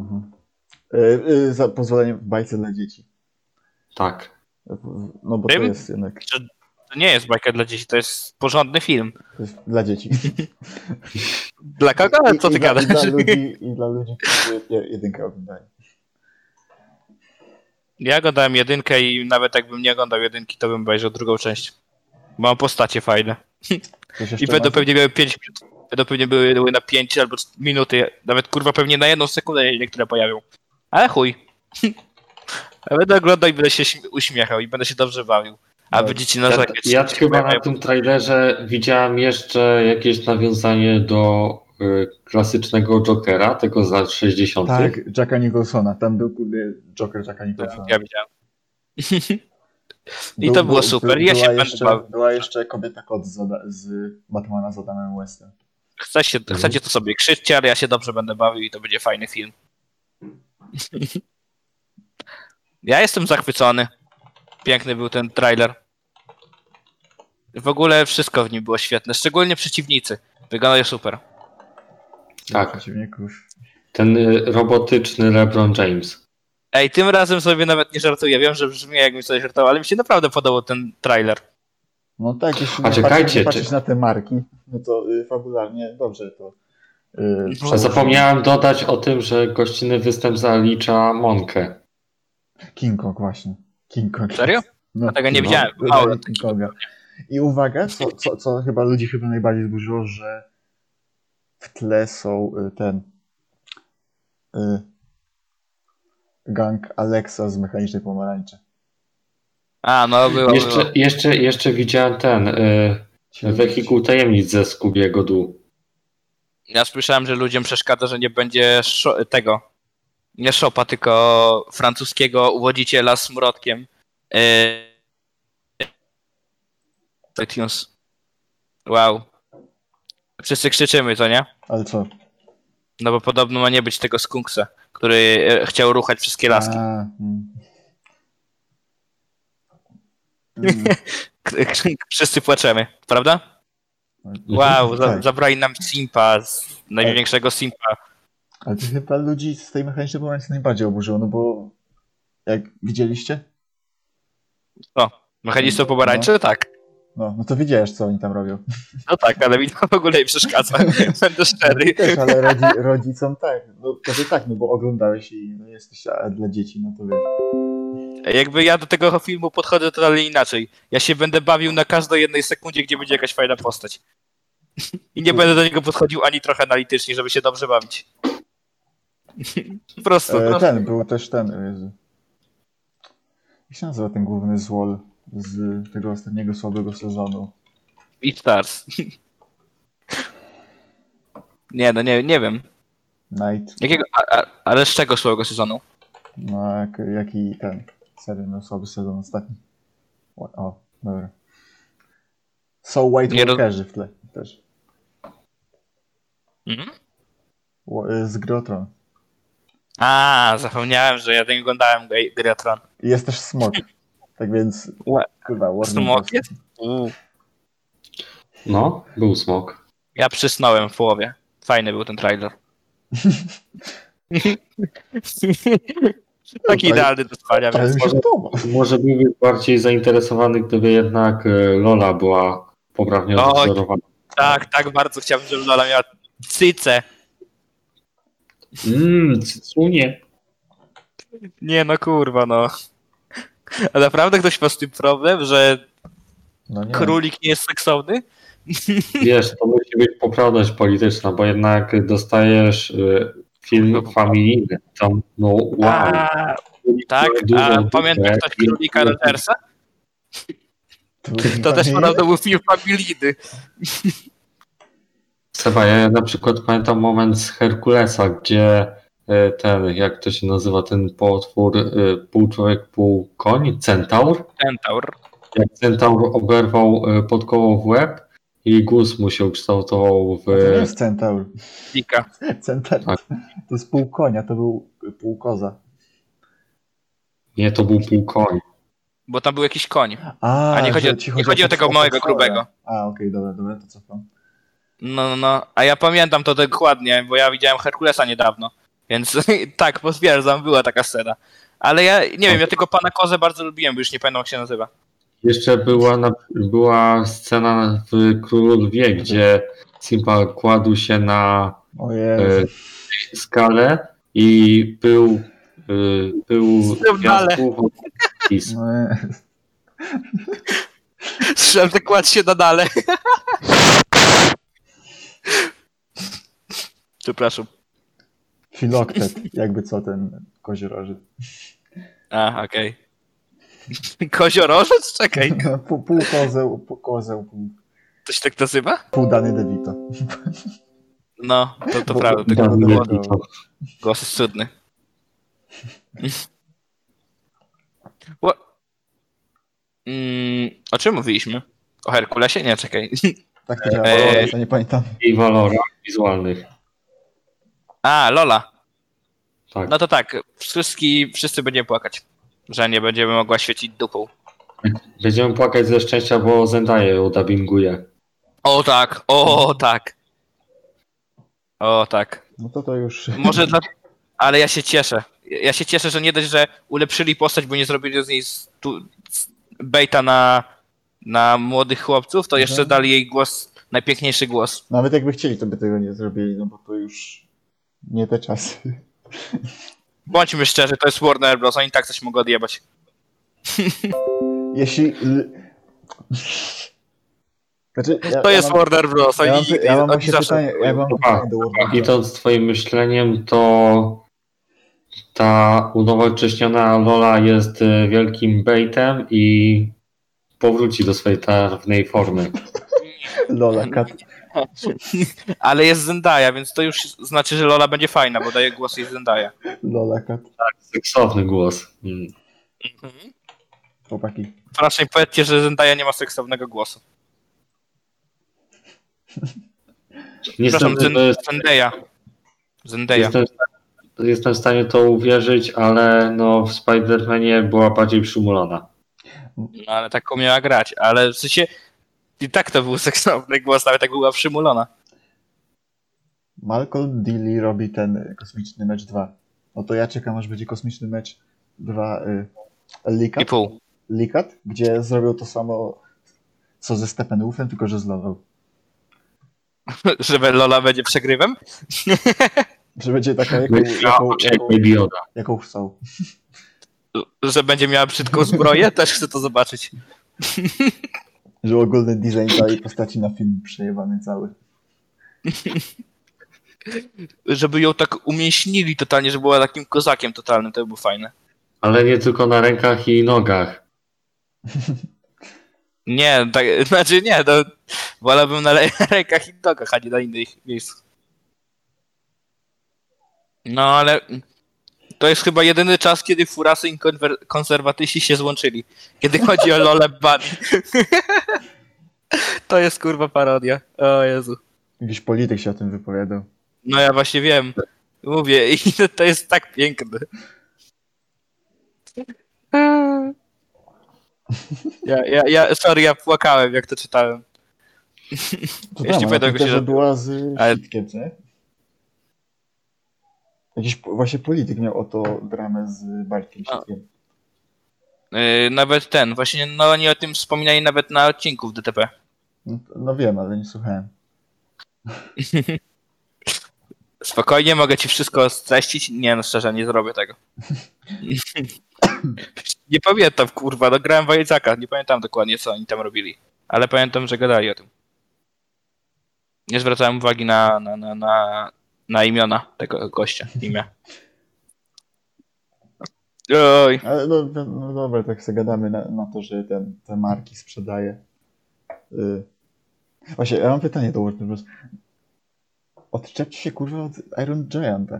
Za pozwoleniem w bajce dla dzieci. Tak. No bo to jest jednak... To nie jest bajka dla dzieci, to jest porządny film. To jest dla dzieci. Dla kogo? Ale co ty gadasz? I dla ludzi, którzy jedynkę oglądają. Ja oglądałem 1 i nawet jakbym nie oglądał 1, to bym obejrzał drugą część. Bo mam postacie fajne. I będą pewnie miały 5 minut. Będą pewnie były na 5 albo minuty. Nawet kurwa pewnie na 1 sekundę niektóre pojawią. Ale chuj. Ja będę oglądał i będę się uśmiechał i będę się dobrze bawił. A będziecie narzekać. Ja chyba na tym trailerze widziałem jeszcze jakieś nawiązanie do klasycznego Jokera, tego z lat 60. Tak, Jacka Nicholsona. Tam był Joker Jacka Nicholsona. Ja widziałem. I to było super. Ja się będę bawił. Była jeszcze kobieta kot z Batmana z Adamem Westem. Chcecie to sobie krzyczcie, ale ja się dobrze będę bawił i to będzie fajny film. Ja jestem zachwycony. Piękny był ten trailer. W ogóle wszystko w nim było świetne, szczególnie przeciwnicy. Wyglądają super. Tak. Przeciwników. Ten robotyczny LeBron James. Ej, tym razem sobie nawet nie żartuję. Wiem, że brzmi jakbym sobie żartował, ale mi się naprawdę podobał ten trailer. No tak, jeśli patrzeć na te marki, no to fabularnie dobrze to... Zapomniałem dodać o tym, że gościnny występ zalicza Monkę. King Kong właśnie. King Kong. Serio? No, tego nie widziałem. King Konga. I uwaga, co chyba ludzi najbardziej zburzyło, że w tle są gang Alexa z Mechanicznej Pomarańczy. A, no było. Jeszcze widziałem Wehikuł Tajemnic ze Scoobiego Doo. Ja słyszałem, że ludziom przeszkadza, że nie będzie tego. Nie Szopa, tylko francuskiego uwodziciela z mrotkiem. iTunes. Wow. Wszyscy krzyczymy, co nie? Ale co? No bo podobno ma nie być tego skunksa, który chciał ruchać wszystkie laski. Wszyscy płaczemy, prawda? Wow, Tak. zabrali nam Simpa, największego Simpa. Ale to chyba ludzi z tej Mechanicznej Pomarańczy najbardziej oburzyło, no bo jak widzieliście? O, mechanistą pomarańczy? Tak. No to widziałeś, co oni tam robią. No tak, ale mi to w ogóle nie przeszkadza. Będę szczery. Też, ale rodzicom tak. No to tak, no bo oglądałeś i no, jesteś dla dzieci, no to wiesz. Jakby ja do tego filmu podchodzę totalnie inaczej. Ja się będę bawił na każdej jednej sekundzie, gdzie będzie jakaś fajna postać. I nie będę do niego podchodził ani trochę analitycznie, żeby się dobrze bawić. Po prostu. Był też Jezu. Jak się nazywa ten główny złol z tego ostatniego słabego sezonu? Beat Stars. Nie wiem. Night. Jakiego, ale z czego słabego sezonu? No, jaki serio miał słaby sezon ostatni. O, dobra. Są White Walkerzy w tle też. Mhm. Z gry o Tron. Zapomniałem, że ja nie oglądałem gry o Tron. I jest też Smok. Tak więc, kurwa, Smok jest? No, był Smok. Ja przysnąłem w połowie. Fajny był ten trailer. Taki idealny do spania. Może byłby bardziej zainteresowany, gdyby jednak Lola była poprawnie odwzorowana. Tak, bardzo chciałbym, żeby Lola miała cycę. Cycunie. Nie no kurwa, no. A naprawdę ktoś ma z tym problem, że królik nie jest seksowny? Wiesz, to musi być poprawność polityczna, bo jednak dostajesz film familijny. Tam, no wow. Tak, a pamiętasz ktoś królika Rogersa? To też naprawdę był film familijny. Seba, ja na przykład pamiętam moment z Herkulesa, gdzie jak to się nazywa, ten potwór, pół człowiek, pół koń, centaur? Centaur. Jak centaur oberwał podkoło w łeb i guz mu się kształtował w... To nie jest centaur. Dika. Centaur Tak. to jest pół konia, to był pół koza. Nie, to był pół koń. Bo tam był jakiś koń. A nie chodzi o tego małego, grubego. Okej, dobra, to cofam. No, a ja pamiętam to dokładnie, bo ja widziałem Herkulesa niedawno, więc tak, potwierdzam, była taka scena. Ale ja nie wiem, ja tego pana Kozę bardzo lubiłem, bo już nie pamiętam jak się nazywa. Jeszcze była scena w Królu Lwie, gdzie Simba kładł się na skalę i był gwiazdką. Słyszałem, że kładł się na dale. Przepraszam. Filoktet, jakby co ten koziorożec. Okej. Koziorożec? Czekaj. Pół kozeł, pół... Coś tak nazywa? Pół Danny DeVito. No, to prawda. Głos jest cudny. O czym mówiliśmy? O Herkulesie? Nie, czekaj. Tak to działa, ja nie pamiętam. I walorach wizualnych. Lola. Tak. No to tak, wszyscy będziemy płakać, że nie będziemy mogła świecić dupą. Będziemy płakać ze szczęścia, bo Zendaya ją dubbinguje. O tak. No to już... Może ale ja się cieszę. Ja się cieszę, że nie dość, że ulepszyli postać, bo nie zrobili z niej bejta na młodych chłopców, to jeszcze dali jej najpiękniejszy głos. Nawet jakby chcieli, to by tego nie zrobili, no bo to już nie te czasy. Bądźmy szczerzy, to jest Warner Bros. Oni tak coś mogą odjebać. Jeśli... Znaczy, To jest Warner Bros. Ja mam właśnie pytanie do Warner Bros. Idąc twoim myśleniem, to ta unowocześniona Lola jest wielkim baitem i powróci do swojej dawnej formy. Lola Cat. Ale jest Zendaya, więc to już znaczy, że Lola będzie fajna, bo daje głos jej Zendaya. Lola Cat. Seksowny głos. Chłopaki. Proszę powiedzcie, że Zendaya nie ma seksownego głosu. Przepraszam, Zendaya. Jestem w stanie to uwierzyć, ale no w Spider-Manie była bardziej przymulona. No ale tak umiała grać, ale w sensie i tak to był seksowny głos, nawet jak była przymulona. Malcolm Dilly robi ten Kosmiczny Mecz 2. No to ja czekam, aż będzie Kosmiczny Mecz 2 I pół. Likat, gdzie zrobił to samo co ze Steppenwolfem, tylko że z Lolą. Że Lola będzie przegrywem? Że będzie taka, jaką chcą. Że będzie miała brzydką zbroję? Też chcę to zobaczyć. Że ogólny design tej postaci na film przejebany cały. Żeby ją tak umięśnili totalnie, że była takim kozakiem totalnym, to by było fajne. Ale nie tylko na rękach i nogach. Nie, tak, znaczy nie, to wolałbym na rękach i nogach, a nie na innych miejscach. No ale to jest chyba jedyny czas, kiedy furasy i konserwatyści się złączyli. Kiedy chodzi o Lolę Bunny. To jest kurwa parodia. O Jezu. Jakiś polityk się o tym wypowiadał. No ja właśnie wiem. Mówię i to jest tak piękne. Ja płakałem jak to czytałem. To Jeśli tam, pamiętam, jak się że była z ale... Świdkiem, co nie? Jakiś właśnie polityk miał o to dramę z Bartkiem Świdkiem. Nawet ten, właśnie no oni o tym wspominali nawet na odcinku w DTP. No wiem, ale nie słuchałem. Spokojnie, mogę ci wszystko streścić. Nie, no szczerze, nie zrobię tego. Nie pamiętam, kurwa, no grałem w Wajcaka, nie pamiętam dokładnie, co oni tam robili. Ale pamiętam, że gadali o tym. Nie zwracałem uwagi na imiona tego gościa, imię. Oj. Ale no dobra, tak sobie gadamy na to, że te marki sprzedaje. Właśnie, ja mam pytanie do Warner Bros. Odczepcie się kurwa od Iron Gianta.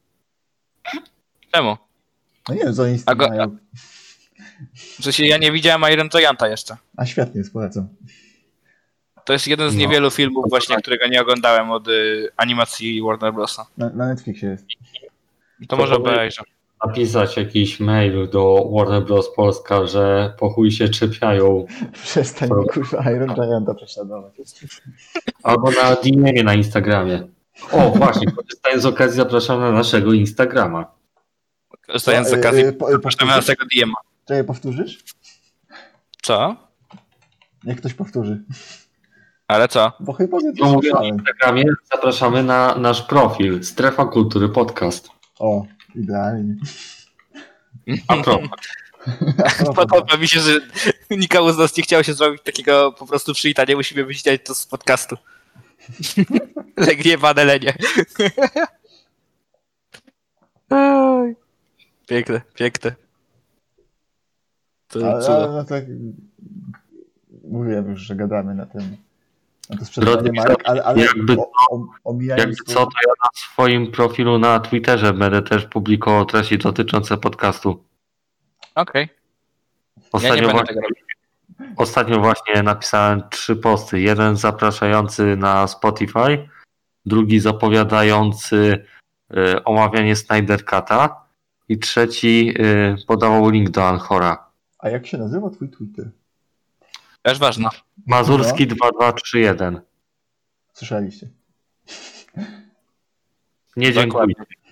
Czemu? No nie wiem, co oni z tym mają. W sensie ja nie widziałem Iron Gianta jeszcze. A świetnie, polecam. To jest jeden z niewielu filmów właśnie, którego nie oglądałem od animacji Warner Brosa. Na Netflixie jest. To może obejrzę. Napisać jakiś mail do Warner Bros. Polska, że po chuj się czepiają. Przestań kurwa Iron Gianta prześladować. Albo na DM na Instagramie. O właśnie, korzystając z okazji zapraszam na naszego Instagrama. Korzystając z okazji zapraszamy na naszego DM-a. Czekaj, powtórzysz? Co? Niech ktoś powtórzy. Ale co? Bo chyba nie No mówię na Instagramie, zapraszamy na nasz profil Strefa Kultury Podcast. O, idealnie. A propos. Podoba mi się, że nikomu z nas nie chciało się zrobić takiego po prostu przywitania, musimy wycinać to z podcastu. Legniewne lenie. Piękne, piękne. Ale no tak mówiłem już, że gadamy na to sprzedawanie marek, ale omijając jakby co, to ja na swoim profilu na Twitterze będę też publikował treści dotyczące podcastu. Okej. Ostatnio właśnie napisałem 3 posty. Jeden zapraszający na Spotify, drugi zapowiadający omawianie Snyder Cut'a i trzeci podawał link do Anchora. A jak się nazywa twój Twitter? Też ważne. Mazurski 2231. Słyszeliście? Nie dziękuję.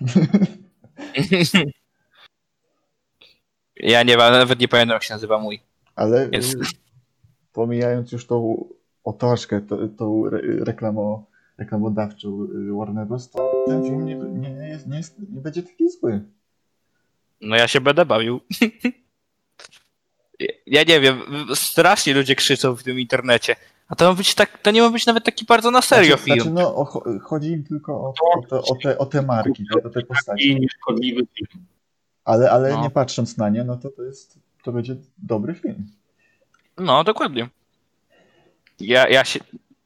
Ja nawet nie pamiętam, jak się nazywa mój. Ale pomijając już tą otoczkę, tą reklamodawczą Warner Bros., to ten film nie będzie taki zły. No ja się będę bawił. Ja nie wiem, strasznie ludzie krzyczą w tym internecie. A to ma być tak, to nie ma być nawet taki bardzo na serio film. Znaczy, no, chodzi im tylko o te marki, o te postaci. I nieszkodliwy film. Ale No. nie patrząc na nie, no to będzie dobry film. No, dokładnie. Ja się...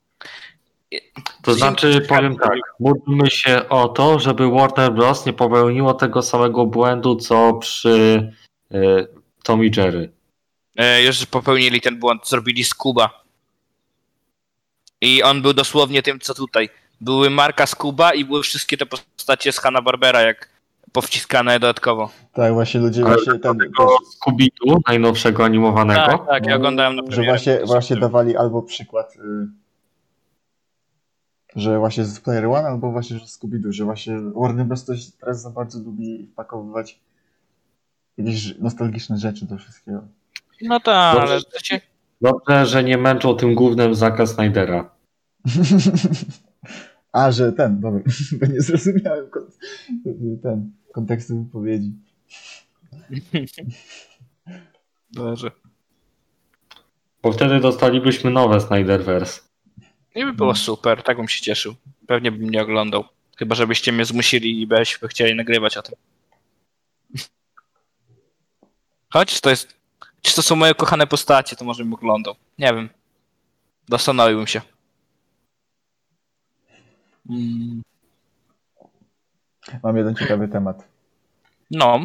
To znaczy, powiem tak, módlmy się o to, żeby Warner Bros. Nie popełniło tego samego błędu, co przy Tom i Jerry. Już popełnili ten błąd, zrobili Scuba. I on był dosłownie tym, co tutaj. Były marka Scuba i były wszystkie te postacie z Hanna-Barbera, jak powciskane dodatkowo. Tak, właśnie ludzie Ale właśnie tego Scooby-Doo, najnowszego animowanego. Tak, ja oglądałem na że premierę. właśnie dawali albo przykład, że właśnie z Player One, albo właśnie że z Scooby-Doo, że właśnie Warner Bros. Teraz za bardzo lubi wpakowywać jakieś nostalgiczne rzeczy do wszystkiego. No tak, Dobrze. ale to się... Dobrze, że nie męczą tym głównym Zacka Snydera. A, że dobra, bo nie zrozumiałem kontekstu wypowiedzi. Boże. Bo wtedy dostalibyśmy nowe Snyderverse. I by było super, tak bym się cieszył. Pewnie bym nie oglądał. Chyba, żebyście mnie zmusili i byśmy chcieli nagrywać o tym. Choć to są moje kochane postacie, to może bym oglądał. Nie wiem. Zastanowiłbym się. Mam jeden ciekawy temat. No.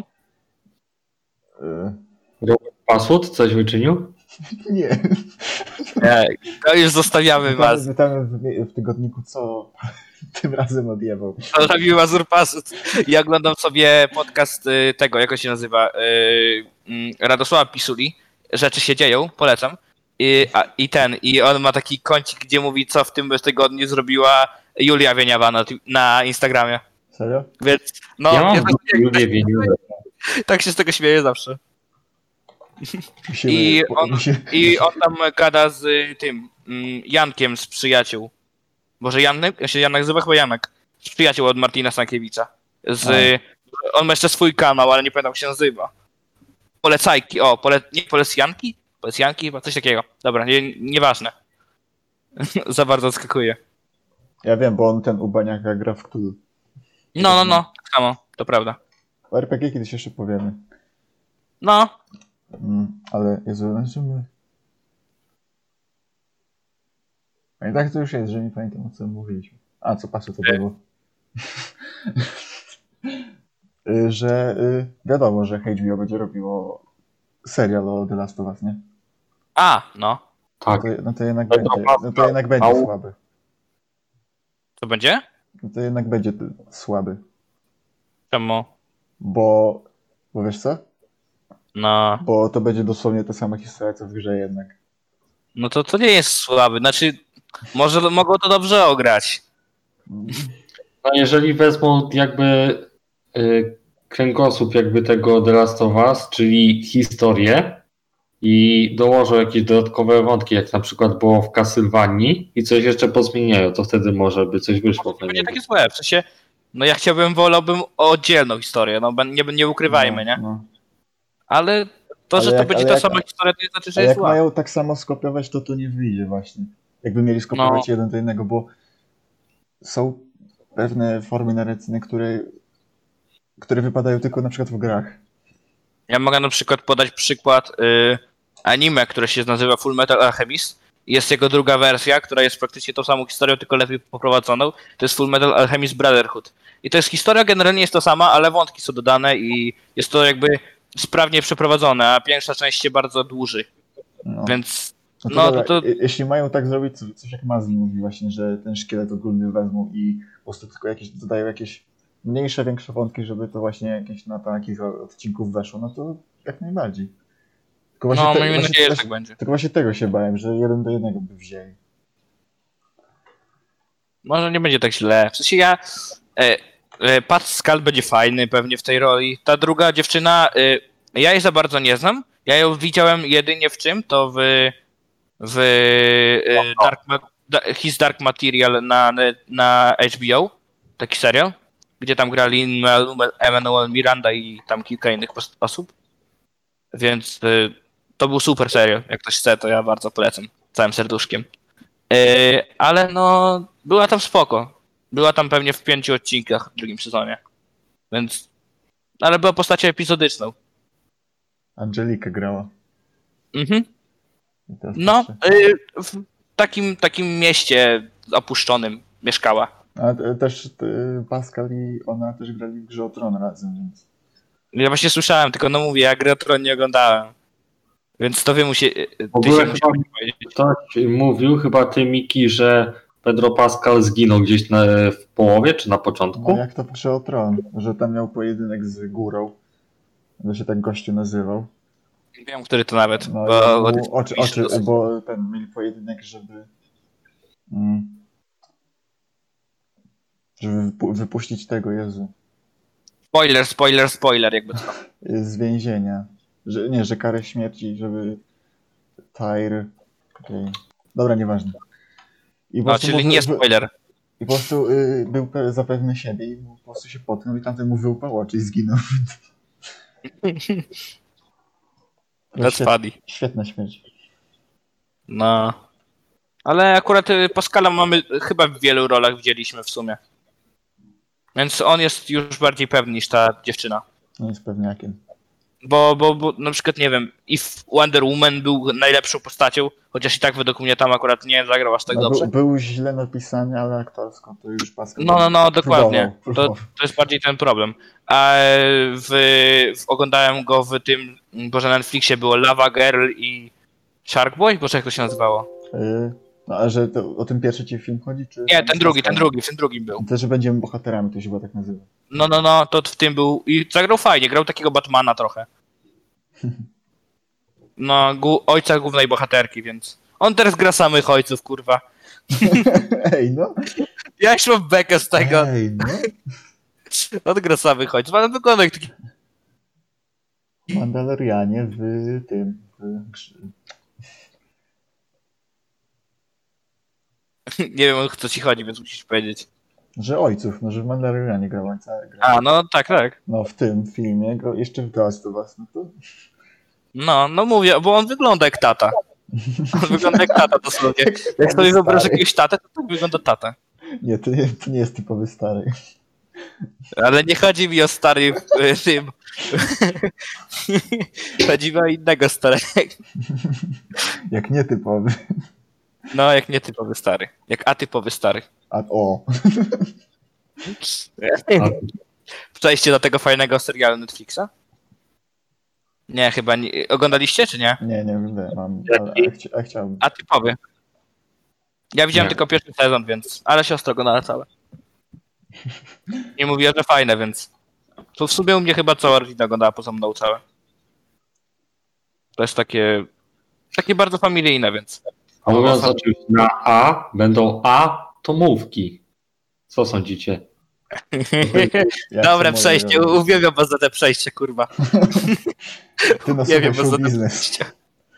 Pasut coś wyczynił? Nie. To już zostawiamy was. Witamy w tygodniku, co tym razem odjebał. Zostawił Mazur Pasut. Ja oglądam sobie podcast tego, jak on się nazywa, Radosława Pisuli. Rzeczy się dzieją, polecam. I on ma taki kącik, gdzie mówi, co w tym tygodniu zrobiła Julia Wieniawa na Instagramie. Serio? Więc no, Ja mam Julię Wieniawę. tak się z tego śmieję zawsze. Musimy, I on tam gada z tym Jankiem z Przyjaciół. Może Janek? Ja się Janek nazywa, chyba Janek. Z Przyjaciół od Martina Stankiewicza. On ma jeszcze swój kanał, ale nie pamiętam jak się nazywa. Polecajki, nie polecjanki? Polecjanki? Chyba coś takiego. Dobra, nieważne. Za bardzo odskakuje. Ja wiem, bo on ten u Baniaka gra w Cthulhu. No, tak samo, to prawda. O RPG kiedyś jeszcze powiemy. No. Ale Jezu, znaczy my... A i tak to już jest, że nie pamiętam, o co mówiliśmy. A, co patrzę, to było. Że wiadomo, że HBO będzie robiło serial o The Last of Us, nie? No. Tak. No to jednak będzie słaby. Co będzie? No to jednak będzie słaby. Czemu? Bo wiesz co? No. Bo to będzie dosłownie ta sama historia, co w grze jednak. No to nie jest słaby. Znaczy, może mogą to dobrze ograć. No jeżeli wezmą jakby kręgosłup jakby tego The Last of Us, czyli historię i dołożą jakieś dodatkowe wątki, jak na przykład było w Castlevanii i coś jeszcze pozmieniają, to wtedy może by coś wyszło. To będzie takie złe, w sensie, no ja wolałbym oddzielną historię, no nie ukrywajmy, nie? No. Ale to, że to będzie ta sama historia, to nie znaczy, że a jest jak zła. mają tak samo skopiować, to nie wyjdzie właśnie. Jakby mieli skopiować jeden do innego, bo są pewne formy narracyjne, które wypadają tylko na przykład w grach. Ja mogę na przykład podać przykład anime, które się nazywa Full Metal Alchemist. Jest jego druga wersja, która jest praktycznie tą samą historią, tylko lepiej poprowadzoną. To jest Full Metal Alchemist Brotherhood. I to jest historia, generalnie jest to sama, ale wątki są dodane i jest to jakby sprawnie przeprowadzone, a pierwsza część się bardzo dłuży. No. Więc jeśli mają tak zrobić, coś jak Mazli mówi właśnie, że ten szkielet ogólny wezmą i po prostu tylko dodają jakieś mniejsze, większe wątki, żeby to właśnie jakieś na takich odcinków weszło, no to jak najbardziej. Miejmy nadzieję, że tak będzie. Tylko właśnie tego się bałem, że 1 do 1 by wzięli. Może nie będzie tak źle. W sensie Pat Skal będzie fajny pewnie w tej roli. Ta druga dziewczyna, ja jej za bardzo nie znam. Ja ją widziałem jedynie w czym? To w His Dark Material na HBO. Taki serial, gdzie tam grali Emmanuel Miranda i tam kilka innych osób. Więc to był super serial. Jak ktoś chce, to ja bardzo polecam. Całym serduszkiem. Ale no, była tam spoko. Była tam pewnie w 5 odcinkach w drugim sezonie. Więc... Ale była postacią epizodyczną. Angelika grała. Mhm. I teraz No, patrzę. w takim mieście opuszczonym mieszkała. A też Pascal i ona też grali w Grze o Tron razem, więc... Ja właśnie słyszałem, tylko no mówię, ja Gry o Tron nie oglądałem. Więc to wy W ty ogóle się chyba musiałeś powiedzieć. ktoś mówił, chyba ty, Miki, że Pedro Pascal zginął gdzieś w połowie, czy na początku? No jak to w Grze o Tron, że tam miał pojedynek z Górą, że się tak gościu nazywał. Nie wiem, który to nawet. No, Bo bo ten mieli pojedynek, żeby wypuścić tego, Jezu, Spoiler, jakby co. z więzienia. Że karę śmierci, żeby Tyr... Okay. Dobra, nieważne. I po No, prostu czyli nie spoiler. I po prostu był zapewny siebie i po prostu się potknął i tamten mu wyłupał oczy i zginął. That's funny. Świetna śmierć. No. Ale akurat Pascala mamy chyba w wielu rolach widzieliśmy w sumie. Więc on jest już bardziej pewny niż ta dziewczyna. No jest pewniakiem. Bo na przykład, nie wiem, Wonder Woman był najlepszą postacią, chociaż i tak według mnie tam akurat nie zagrał aż tak dobrze. Był źle napisany, ale aktorsko to już Pascal. No, dokładnie. Próbował. To jest bardziej ten problem. A oglądałem go w tym, boże, na Netflixie było Lava Girl i Shark Boy? Boże, jak to się nazywało? No, a że o ten pierwszy ci film chodzi? Czy Nie, ten drugi, w tym drugim był. To, że będziemy bohaterami, to się chyba tak nazywa. No, to w tym był i zagrał fajnie, grał takiego Batmana trochę. No, ojca głównej bohaterki, więc... On teraz gra samych ojców, kurwa. Ej, no. Ja już mam bekę z tego. Ej, no. On gra samych ojców, ale wygląda jak taki... Mandalorianie Nie wiem, o co ci chodzi, więc musisz powiedzieć. Że ojców, no że w Mandalorianie grał ojca. A, no tak. No w tym filmie, jeszcze w Ghost of Us, no to... No mówię, bo on wygląda jak tata. On wygląda jak tata dosłownie. Jak sobie wyobrażasz jakiegoś tatę, to tak wygląda tata. Nie, to nie jest typowy stary. Ale nie chodzi mi o stary tym. Chodzi mi o innego starego. Jak nietypowy. No, jak nietypowy stary. Jak atypowy stary. Przejście do tego fajnego serialu Netflixa? Nie, chyba nie. Oglądaliście, czy nie? Nie mam, ale chciałbym. Atypowy. Ja widziałem Nie. tylko pierwszy sezon, więc... Ale siostra oglądała całe. I mówiła, że fajne, więc... To w sumie u mnie chyba cała rodzina oglądała poza mną całe. To jest takie bardzo familijne, więc... A mówiąc o czymś na A, będą atomówki. Co sądzicie? Dobre przejście, uwielbiam was za te przejście, kurwa. Ty no Nie wiem, show za te biznes. przejście.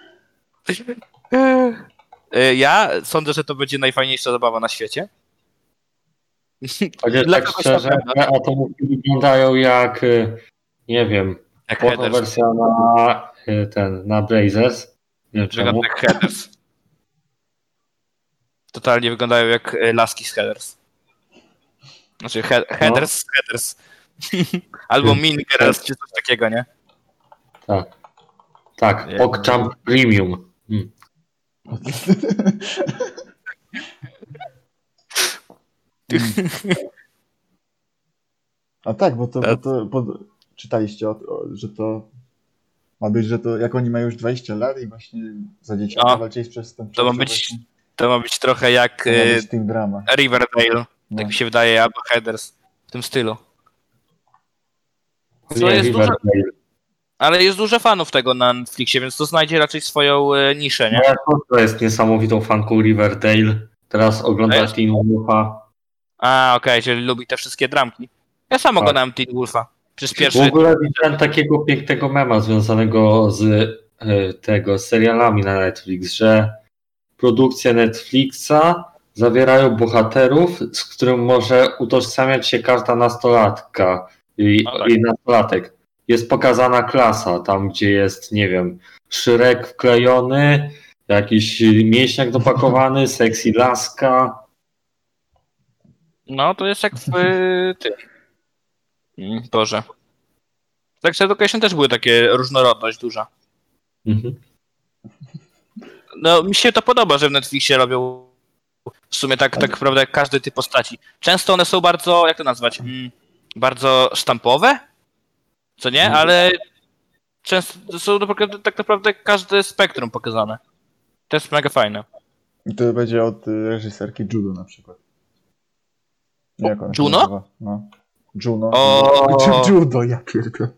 Ja sądzę, że to będzie najfajniejsza zabawa na świecie. Chociaż Dla tak kogoś szczerze, na pewno. te atomówki wyglądają jak, nie wiem, Jak porno Headers. wersja na Brazers. Nie wiem czemu. Wygląda jak Headers. Totalnie wyglądają jak laski z Headers. Znaczy Headers z Headers. Albo Mean Girls, czy coś takiego, nie? Tak, Nie. PogChamp Premium. A tak, bo czytaliście, że to ma być, że to jak oni mają już 20 lat i właśnie za dzieciaka No. walczyć przez ten To ma być trochę jak Team Drama. Riverdale, No. tak mi się wydaje, albo Headers, w tym stylu. Nie, jest dużo, Riverdale. ale jest dużo fanów tego na Netflixie, więc to znajdzie raczej swoją niszę, nie? Moja siostra jest niesamowitą fanką Riverdale. Teraz ogląda Jest? Teen Wolfa. A, okej, czyli lubi te wszystkie dramki. Ja sam oglądałem Teen Wolfa. Przez W pierwszy... ogóle widziałem takiego pięknego mema związanego z serialami na Netflix, że produkcje Netflixa zawierają bohaterów, z którym może utożsamiać się każda nastolatka i nastolatek. Jest pokazana klasa, tam gdzie jest, nie wiem, Szrek wklejony, Jakiś mięśniak dopakowany, sexy laska. No, to jest jak w tym. Boże. Sex Education też były takie różnorodność duża. Mhm. No, mi się to podoba, że w Netflixie robią w sumie tak naprawdę każdy typ postaci. Często one są bardzo, jak to nazwać, bardzo sztampowe, co nie? Ale często są tak naprawdę każde spektrum pokazane. To jest mega fajne. I to będzie od reżyserki Judo na przykład. Jak ona się Juno? nazywa? No. Juno. O! Judo, ja pierdolę.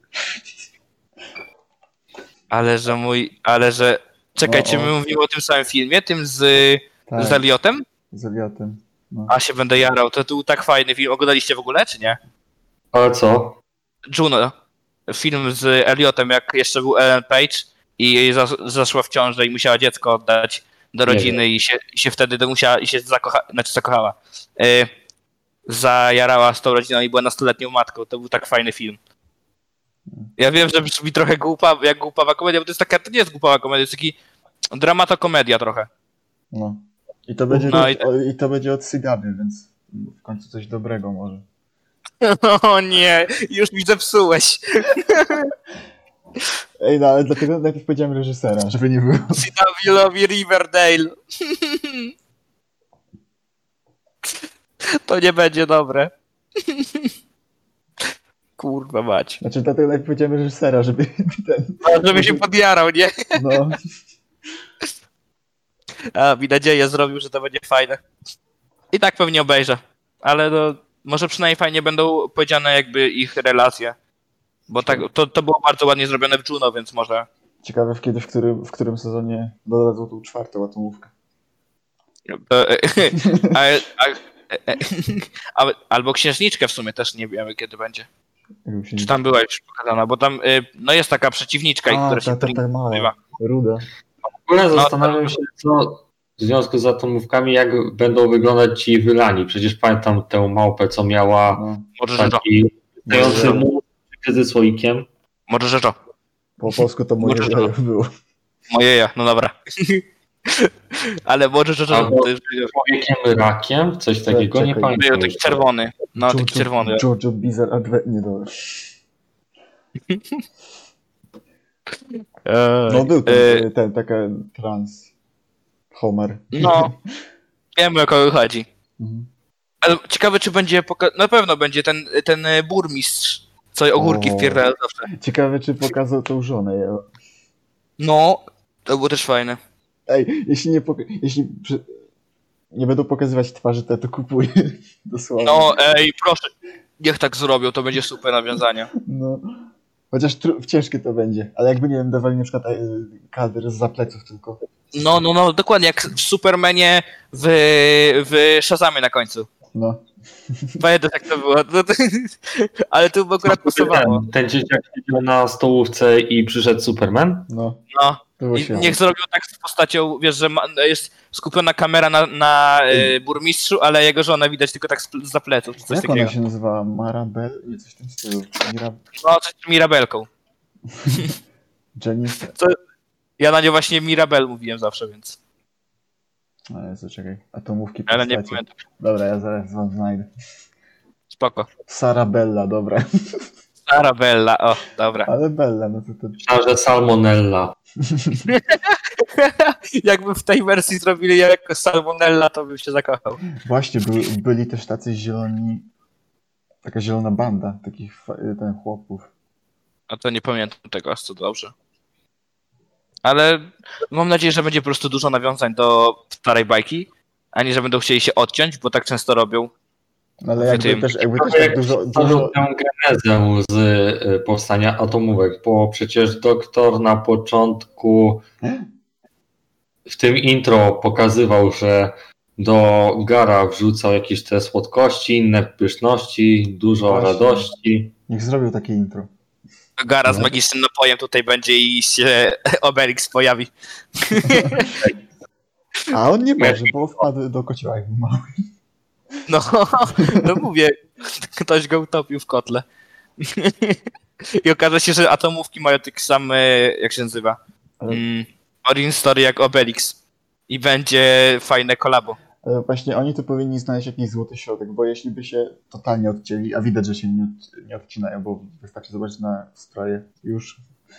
Ale że... Czekaj, czy O. my mówimy o tym samym filmie? Tym z Tak, Eliotem? z Eliotem. No. A się będę jarał. To był tak fajny film. Oglądaliście w ogóle, czy nie? Ale co? Juno. Film z Eliotem, jak jeszcze był Ellen Page i jej zaszła w ciążę i musiała dziecko oddać do rodziny i się wtedy musiała, i się zakochała. Zajarała z tą rodziną i była nastoletnią matką. To był tak fajny film. Ja wiem, że brzmi trochę jak głupawa komedia, bo to jest taka, to nie jest głupawa komedia, to jest taki dramatokomedia trochę. No. I to będzie, No i to będzie od Sygaby, więc w końcu coś dobrego może. O nie, już mi zepsułeś. Ej, no ale dlatego najpierw powiedziałem reżysera, żeby nie było. CW Riverdale. To nie będzie dobre. Kurwa mać. Znaczy dlatego najpierw powiedziałem reżysera, żeby ten... Żeby się podjarał, nie? No. A, mi nadzieję zrobił, że to będzie fajne. I tak pewnie obejrzę. Ale no, może przynajmniej fajnie będą powiedziane jakby ich relacje. Bo tak, to było bardzo ładnie zrobione w Juno, więc może... Ciekawe w którym sezonie dodadzą tą czwartą atomówkę. Albo Księżniczkę w sumie też nie wiemy kiedy będzie. Czy tam była już pokazana, bo tam no jest taka przeciwniczka, która się mała. Ruda. W ogóle zastanawiam się, co w związku z atomówkami, jak będą wyglądać ci wylani. Przecież pamiętam tę małpę, co miała taki stojący mózg ze słoikiem. Może rzeczo. Po polsku to moje było. Moje ja, no dobra. Ale może rzeczo. Człowiekiem rakiem? Coś takiego? Nie pamiętam. Był taki czerwony. No, taki czerwony. Jojo Bizarre Adventure. Nie dobra. No był ten taka trans Homer. No. Wiemy o kogo chodzi. Ale ciekawe czy będzie na pewno będzie ten burmistrz, co ogórki wpierdala zawsze. Ciekawe czy pokazał tą żonę. No, to było też fajne. Ej, jeśli nie będą pokazywać twarzy, to kupuję. Dosłownie. No, ej, proszę. Niech tak zrobią, to będzie super nawiązanie. No. Chociaż ciężkie to będzie. Ale jakby, nie wiem, dawali na przykład kadr zza pleców tylko. No, dokładnie, jak w Supermanie w Shazamie na końcu. No. Pamiętasz jak to było. Ale tu akurat pasowało. Ten dzieciak siedział na stołówce i przyszedł Superman? No. I niech zrobił tak z postacią, wiesz, że jest skupiona kamera na burmistrzu, ale jego żonę widać tylko tak za pleców. Czy coś Jak takiego. ona się nazywa? Marabel? Nie, coś w tym stylu. No, coś z Mirabelką. Jennifer. Ja na nią właśnie Mirabel mówiłem zawsze, więc... Ale czekaj. Atomówki Ale postacie. nie pamiętam. Dobra, ja zaraz wam znajdę. Spoko. Sarabella, dobra. Arabella, o, dobra. Ale Bella, no to... Myślałem, że Salmonella. Jakby w tej wersji zrobili jako Salmonella, to bym się zakochał. Właśnie, byli też tacy zieloni... Taka zielona banda takich chłopów. A to nie pamiętam tego, aż co dobrze. Ale mam nadzieję, że będzie po prostu dużo nawiązań do starej bajki, a nie, że będą chcieli się odciąć, bo tak często robią. Ale jakby też tak dużo... Tę genezę z powstania atomówek, bo przecież doktor na początku w tym intro pokazywał, że do gara wrzucał jakieś te słodkości, inne pyszności, dużo radości. Niech zrobił takie intro. Gara z magicznym napojem tutaj będzie i się Obelix pojawi. A on nie może, bo wpadł do kocioła jak mały. No mówię, ktoś go utopił w kotle. I okaże się, że atomówki mają taki sam, jak się nazywa? Origin story jak Obelix. i będzie fajne kolabo. Ale właśnie oni tu powinni znaleźć jakiś złoty środek, bo jeśli by się totalnie odcięli, a widać, że się nie odcinają, bo wystarczy zobaczyć na stroje już.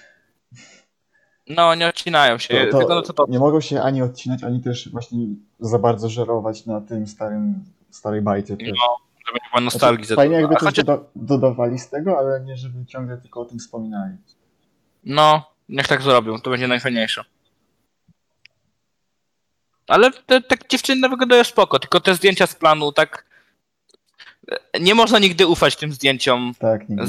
No, nie odcinają się. To nie mogą się ani odcinać, ani też właśnie za bardzo żerować na tym starej bajce. Też. No, żeby nie było nostalgii. Znaczy, fajnie jakby coś dodawali z tego, ale nie żeby ciągle tylko o tym wspominali. No, niech tak zrobią, to będzie najfajniejsze. Ale tak dziewczyny wyglądają spoko, tylko te zdjęcia z planu tak... Nie można nigdy ufać tym zdjęciom tak, nigdy.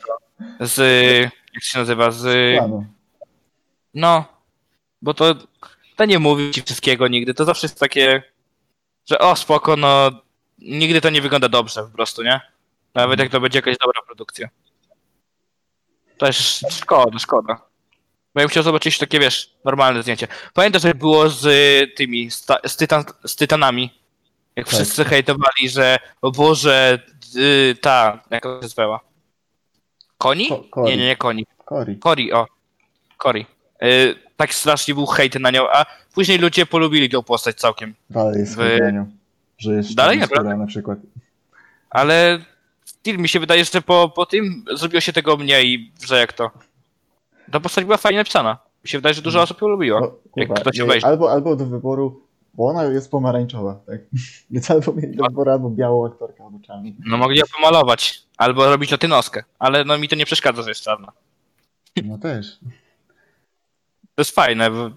jak się nazywa, z planu. No, bo to nie mówi ci wszystkiego nigdy, to zawsze jest takie, że o spoko, no nigdy to nie wygląda dobrze po prostu, nie? Nawet jak to będzie jakaś dobra produkcja. To jest szkoda. Bo ja bym chciał zobaczyć takie, wiesz, normalne zdjęcie. Pamiętasz, jak było z tymi, z Tytanami? Jak tak. Wszyscy hejtowali, że o Boże, jak to się nazywała? Koni? Nie Koni. Cory. Tak strasznie był hejt na nią, a później ludzie polubili tą postać całkiem. Dalej jest hejtanią, że jest dalej skóra na przykład. Ale still mi się wydaje, że po tym zrobiło się tego mniej, że jak to. Ta postać była fajnie napisana. Mi się wydaje, że dużo osób ją lubiło. Jak ktoś obejrzy. Albo do wyboru, bo ona jest pomarańczowa, tak? Więc albo mieli do wyboru albo białą aktorkę, albo czarną. No mogli ją pomalować, albo robić latynoskę, ale no mi to nie przeszkadza, że jest czarna. No też. To jest fajne, bo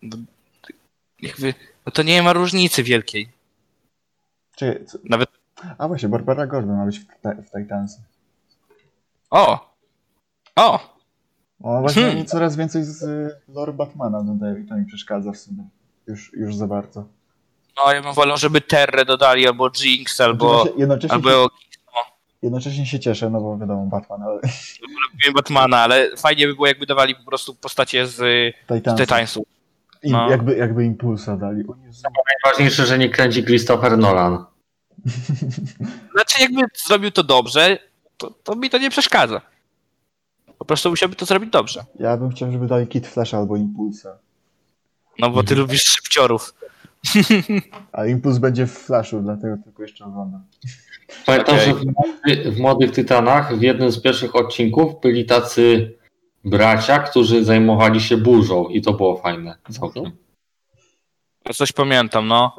to nie ma różnicy wielkiej. Czekaj, Nawet... A właśnie, Barbara Gordon ma być w Titansach. O, właśnie oni coraz więcej z lore Batmana dodają i to mi przeszkadza w sumie. Już za bardzo. No ja bym wolał, żeby Terrę dodali, albo Jinx, albo... Jednocześnie się cieszę, no bo wiadomo, Batman, ale... Lubię Batmana, ale fajnie by było, jakby dawali po prostu postacie z Titansów. No. Jakby Impulsa dali. Najważniejsze, że nie kręci Christopher Nolan. Znaczy, jakby zrobił to dobrze, to mi to nie przeszkadza. Po prostu musiałby to zrobić dobrze. Ja bym chciał, żeby dali Kid Flasha albo Impulsa. No bo ty lubisz szybciorów. A Impuls będzie w Flashu, dlatego tylko jeszcze oglądam. Pamiętam, że w Młodych Tytanach w jednym z pierwszych odcinków byli tacy bracia, którzy zajmowali się burzą i to było fajne całkiem. Ja coś pamiętam, no.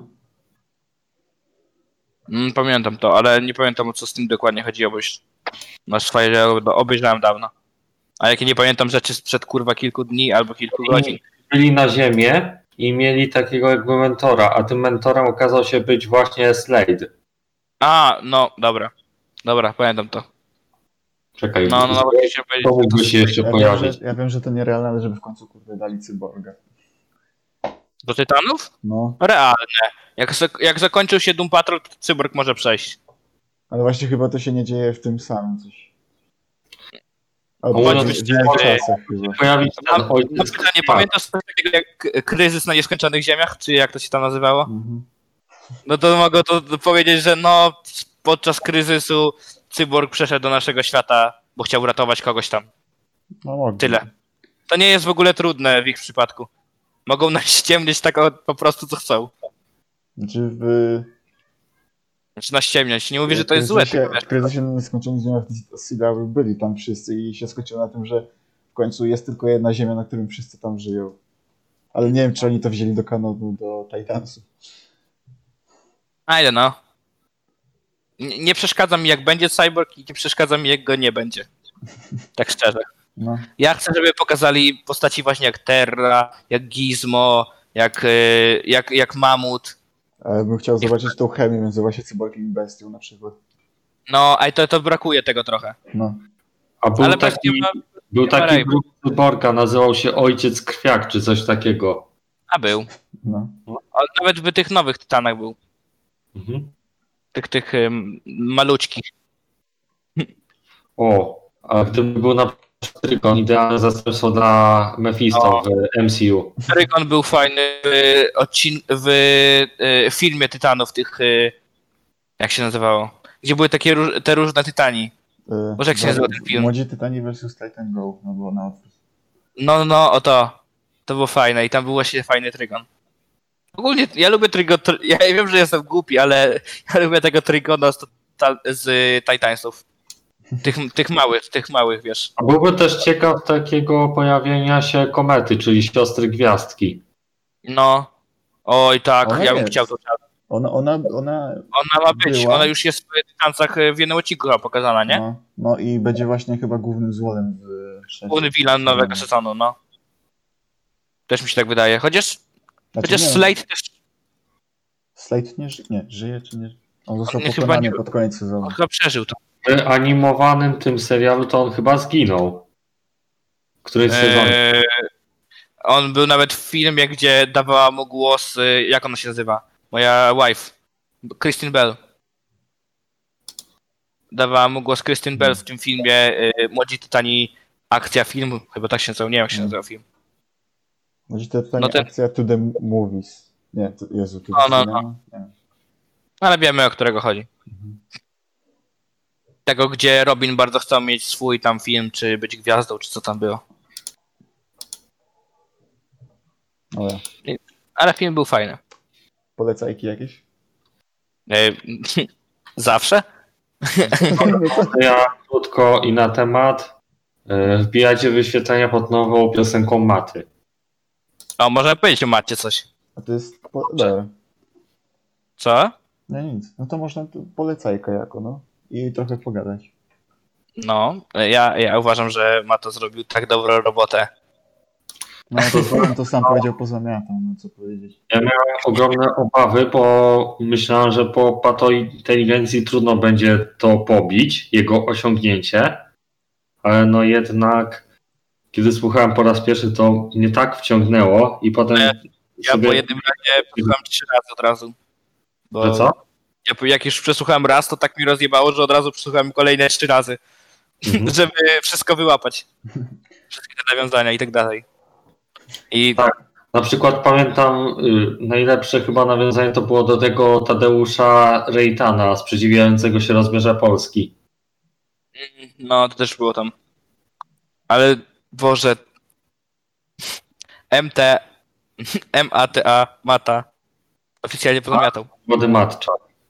Pamiętam to, ale nie pamiętam, o co z tym dokładnie chodziło, bo już masz fajnie, obejrzałem dawno. A jakie nie pamiętam rzeczy sprzed kilku dni albo kilku godzin. Byli na ziemię i mieli takiego jakby mentora, a tym mentorem okazał się być właśnie Slade. A, no, dobra, pamiętam to. Czekaj, no właśnie się to mógłby się jeszcze pojawić. Ja wiem, że to nierealne, ale żeby w końcu dali cyborga. Do Tytanów? No. Realne. Jak zakończył się Doom Patrol, to cyborg może przejść. Ale właśnie chyba to się nie dzieje w tym samym coś. Albo w innych czasach chyba. Pojawić ten ojciec. Pytanie, pamiętasz coś takiego jak Kryzys na Nieskończonych Ziemiach? Czy jak to się tam nazywało? Mhm. No to mogę to powiedzieć, że no podczas kryzysu cyborg przeszedł do naszego świata, bo chciał uratować kogoś tam. No mogę. Tyle. To nie jest w ogóle trudne w ich przypadku. Mogą naściemniać tak po prostu co chcą. Znaczy naściemniać. Nie mówię, że to jest złe. W kryzysie na Nieskończonych Ziemiach Seedały byli tam wszyscy i się skończyło na tym, że w końcu jest tylko jedna ziemia, na którym wszyscy tam żyją. Ale nie wiem, czy oni to wzięli do kanonu, do Titansu. I don't know. Nie przeszkadza mi, jak będzie cyborg i nie przeszkadza mi, jak go nie będzie. Tak szczerze. No. Ja chcę, żeby pokazali postaci właśnie jak Terra, jak Gizmo, jak Mamut. Ale bym chciał zobaczyć tą chemię między właśnie cyborgiem i bestią na przykład. No, a to brakuje tego trochę. No. A był taki grup cyborga, nazywał się Ojciec Krwiak, czy coś takiego. A był. No. Ale nawet w tych nowych Tytanach był. Mhm. Tych maluczkich. A gdyby był na Trygon, idealne zastępstwo dla Mephisto w MCU. Trygon był fajny w filmie Tytanów, tych jak się nazywało? Gdzie były takie te różne Tytani. Może jak się nazywa ten film? Młodzi Tytani vs Titan Go, no było na odwrót. No, o to. To było fajne i tam był właśnie fajny Trygon. Ogólnie ja lubię ja wiem, że jestem głupi, ale ja lubię tego Trigona z Titansów. Tych małych, wiesz. A byłby też ciekaw takiego pojawienia się komety, czyli siostry gwiazdki. No. Oj tak, Ona ja bym jest. chciał to. Ona Ona ma być, była. ona już jest w Titansach w jednym odcinku chyba pokazana, nie? No i będzie właśnie chyba głównym złem w trzecim. Główny villain nowego sezonu, no. Też mi się tak wydaje. Chociaż Znaczy, nie, Slade też Slade nie żyje czy nie? On został Nie, chyba pokonany nie. pod koniec sezonu. on chyba przeżył to. W animowanym tym serialu to on chyba zginął. W którymś sezonie. On był nawet w filmie, gdzie dawała mu głos, jak ona się nazywa? Moja wife. Kristen Bell. Dawała mu głos Kristen Bell w tym filmie Młodzi Tytani Akcja Film. Chyba tak się nazywał, nie wiem jak się nazywa film. Znaczy to No ten- akcja To The Movies. Nie, Jezu, To No, The no, Cinema? Nie. Ale wiemy o którego chodzi. Mhm. Tego, gdzie Robin bardzo chciał mieć swój tam film, czy być gwiazdą, czy co tam było. Dobra. Ale film był fajny. Polecajki jakieś? Zawsze? Ja krótko i na temat. Wbijajcie wyświetlenia pod nową piosenką Maty. O, można powiedzieć o Macie coś. A to jest... Dobra. Co? Nie, nic. No to można polecajkę jako, no. I trochę pogadać. No, ja uważam, że Mato zrobił tak dobrą robotę. No to sam powiedział poza miatą, no co powiedzieć. Ja miałem ogromne obawy, bo myślałem, że po patointeligencji trudno będzie to pobić, jego osiągnięcie, ale no jednak, kiedy słuchałem po raz pierwszy, to mnie tak wciągnęło i potem Ja po jednym razie przesłuchałem 3 razy od razu. Bo Że co? jak już przesłuchałem raz, to tak mi rozjebało, że od razu przesłuchałem kolejne 3 razy. Żeby wszystko wyłapać. Wszystkie te nawiązania i tak dalej. I Tak. Na przykład pamiętam, najlepsze chyba nawiązanie to było do tego Tadeusza Rejtana, sprzeciwiającego się rozmierza Polski. no, to też było tam. Ale Boże. MATA, Mata. Oficjalnie pozamiatał. Wody matcza.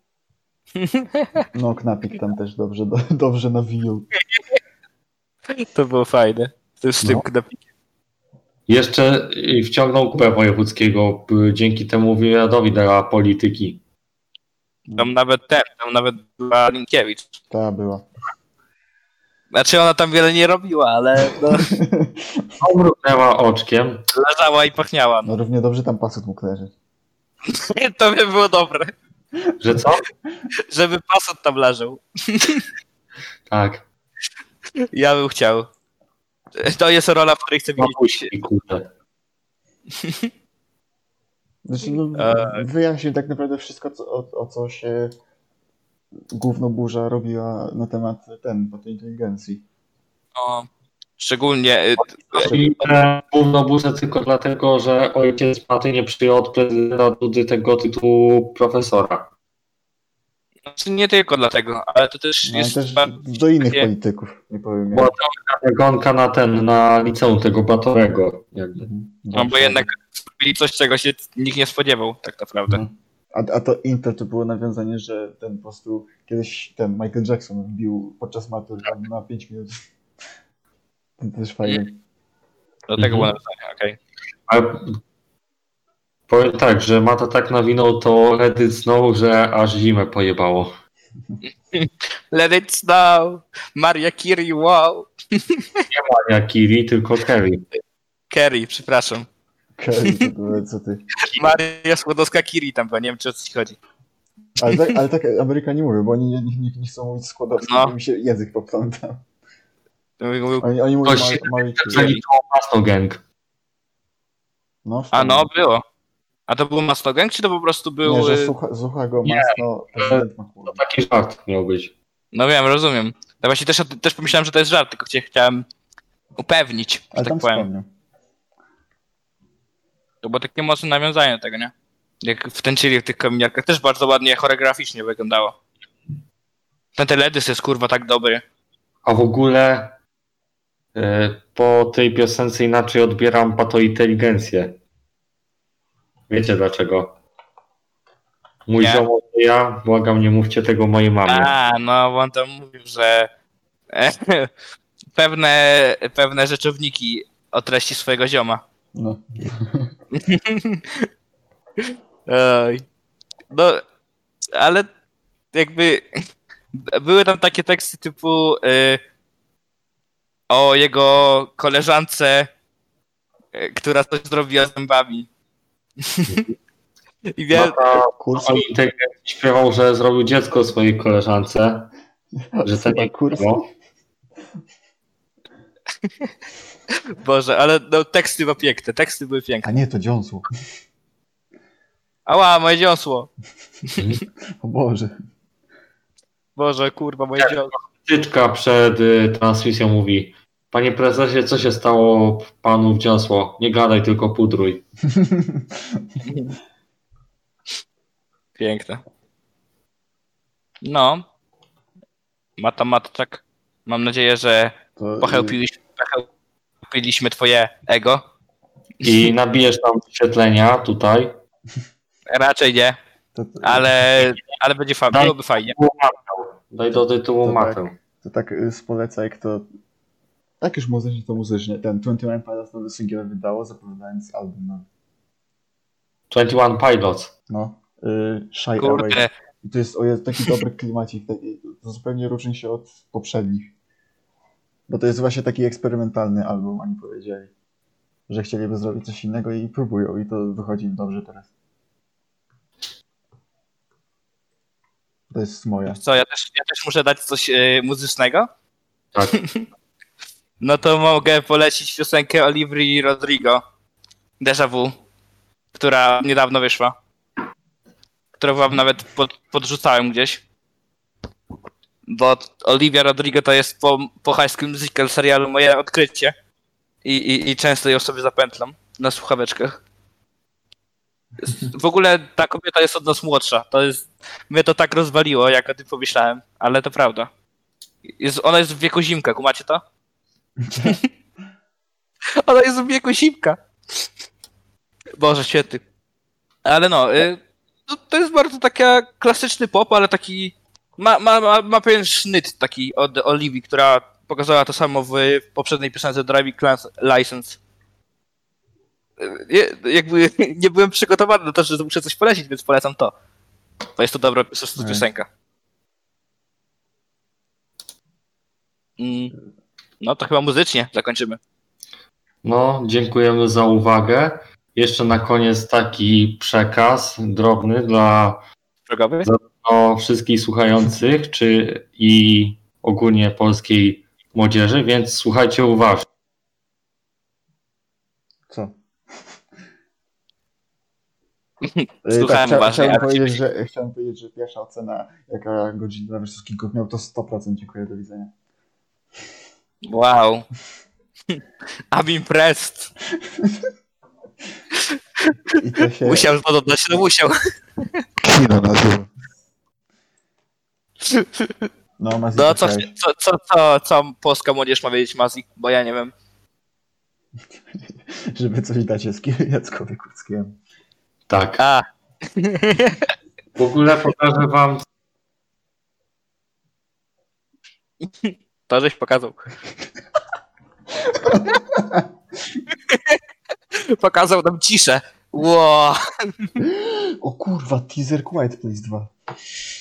No Knapik tam też dobrze nawijał. To było fajne. To jest z tym No. knapikiem. Jeszcze wciągnął kupę wojewódzkiego dzięki temu wywiadowi dla polityki. Tam nawet była Linkiewicz. Ta była. Znaczy ona tam wiele nie robiła, ale no, Mruknęła oczkiem. leżała i pachniała. No równie dobrze tam pasek mógł leżeć. To by było dobre. Że co? Żeby pasot tam leżał. Tak. Ja bym chciał. To jest rola, w której chcę widzieć. Mamusi, kurde. Znaczy, no, wyjaśnił tak naprawdę wszystko, o co się gówno burza robiła na temat po tej inteligencji. No, szczególnie Czyli gówno burzę tylko dlatego, że ojciec Maty nie przyjął od prezydenta Dudy tego tytułu profesora. znaczy nie tylko dlatego, ale to też No, ale jest też bardzo do innych takie- polityków, nie powiem jak. Była to gonka na liceum tego Batorego. Jakby. No bo jednak zrobili coś, czego się nikt nie spodziewał tak naprawdę. No. A to Intel to było nawiązanie, że ten po prostu kiedyś ten Michael Jackson wbił podczas matur tam na 5 minut. To też fajnie. Do tego było nawiązanie, okej. Ale powiem tak, że Mata tak nawinął to Reddit znowu, że aż zimę pojebało. Let it snow! Maria Curie, wow! Nie Kiri, tylko Kerry. Kerry, przepraszam. Okej, to co ty. Maria Skłodowska Curie tam była, nie wiem czy o co ci chodzi. Ale tak Amerykanie mówią, bo oni nie chcą mówić składowski, No. bo mi się język poplątał. To mówił, Oni mówią Ktoś mały Zaliczało Masto Gang. No, a no, było. A to był Mastogang, czy to po prostu był... Nie, że słucha go Nie. masno, prezydent ma To taki żart miał być. No wiem, rozumiem. Ja właśnie też pomyślałem, że to jest żart, tylko chciałem upewnić, że Ale tak tam powiem. wspomniał. To było takie mocne nawiązanie do tego, nie? Jak wtęczyli w tych kominiarkach, też bardzo ładnie choreograficznie wyglądało. Ten teledysk jest kurwa tak dobry. A w ogóle po tej piosence inaczej odbieram patointeligencję. Wiecie dlaczego? Mój Nie. ziomo, to ja, błagam, nie mówcie tego mojej mamie. No bo on tam mówił, że pewne rzeczowniki o treści swojego zioma. No. Oj. No, ale jakby były tam takie teksty typu o jego koleżance, która coś zrobiła z zębami. I Kurs, Śpiewał, że zrobił dziecko swojej koleżance. Że to nie kurs. było. Boże, ale no, teksty były piękne, teksty były A piękne. nie, to dziąsło. Ała, moje dziąsło. O Boże. Boże, kurwa, moje dziąsło. Tyczka przed transmisją mówi: Panie prezesie, co się stało panu w dziąsło? Nie gadaj, tylko pudruj. Piękne. No. Matczak. Mam nadzieję, że To, pochełpiliśmy twoje ego. I nabijesz tam wyświetlenia tutaj. Raczej nie, to, ale będzie byłoby fajnie. Daj do tytułu To matę. To tak polecaj, kto... Tak już muzycznie, to muzycznie. Ten 21 Pilots nowy singiel wydało, zapowiadając album nowy. 21 Pilots. No. Shy Away. Kurde, I to jest taki dobry klimacik. To zupełnie różni się od poprzednich. Bo to jest właśnie taki eksperymentalny album, oni powiedzieli. Że chcieliby zrobić coś innego i próbują. I to wychodzi im dobrze teraz. To jest moja. co, ja też muszę dać coś muzycznego? Tak. No to mogę polecić piosenkę Olivia Rodrigo, Déjà Vu, która niedawno wyszła. Którą wam nawet podrzucałem gdzieś. Bo Olivia Rodrigo to jest po High School Musical serialu moje odkrycie. I często ją sobie zapętlam na słuchaweczkach. W ogóle ta kobieta jest od nas młodsza. Mnie to tak rozwaliło, jak o tym pomyślałem, ale to prawda. Ona jest w wieku Zimka, kumacie to? Ona jest w wieku Zimka. Boże, świetny. Ale no, to jest bardzo taki klasyczny pop, ale taki ma pewien sznyt taki od Olivii, która pokazała to samo w poprzedniej piosence Driving License. Jakby nie byłem przygotowany na to, że muszę coś polecić, więc polecam to. Bo jest to dobra piosenka. No to chyba muzycznie zakończymy. No, dziękujemy za uwagę. Jeszcze na koniec taki przekaz drobny dla Progowy? wszystkich słuchających i ogólnie polskiej młodzieży, więc słuchajcie uważnie. Co? Słuchałem uważnie. Chciałem powiedzieć, że pierwsza ocena, jaka Godzilla vs. King Kong miał, to 100%. Dziękuję, do widzenia. Wow. I'm impressed. I to się... Musiał to dodać, no musiał. Kino na żywo. No, Mazi, No co polska młodzież ma wiedzieć, Mazi? Bo ja nie wiem. Żeby coś dać Jackowi Kurskiemu. Tak. A. W ogóle pokażę wam. To żeś pokazał. Pokazał nam ciszę. Wow. O kurwa, teaser Quiet Place 2.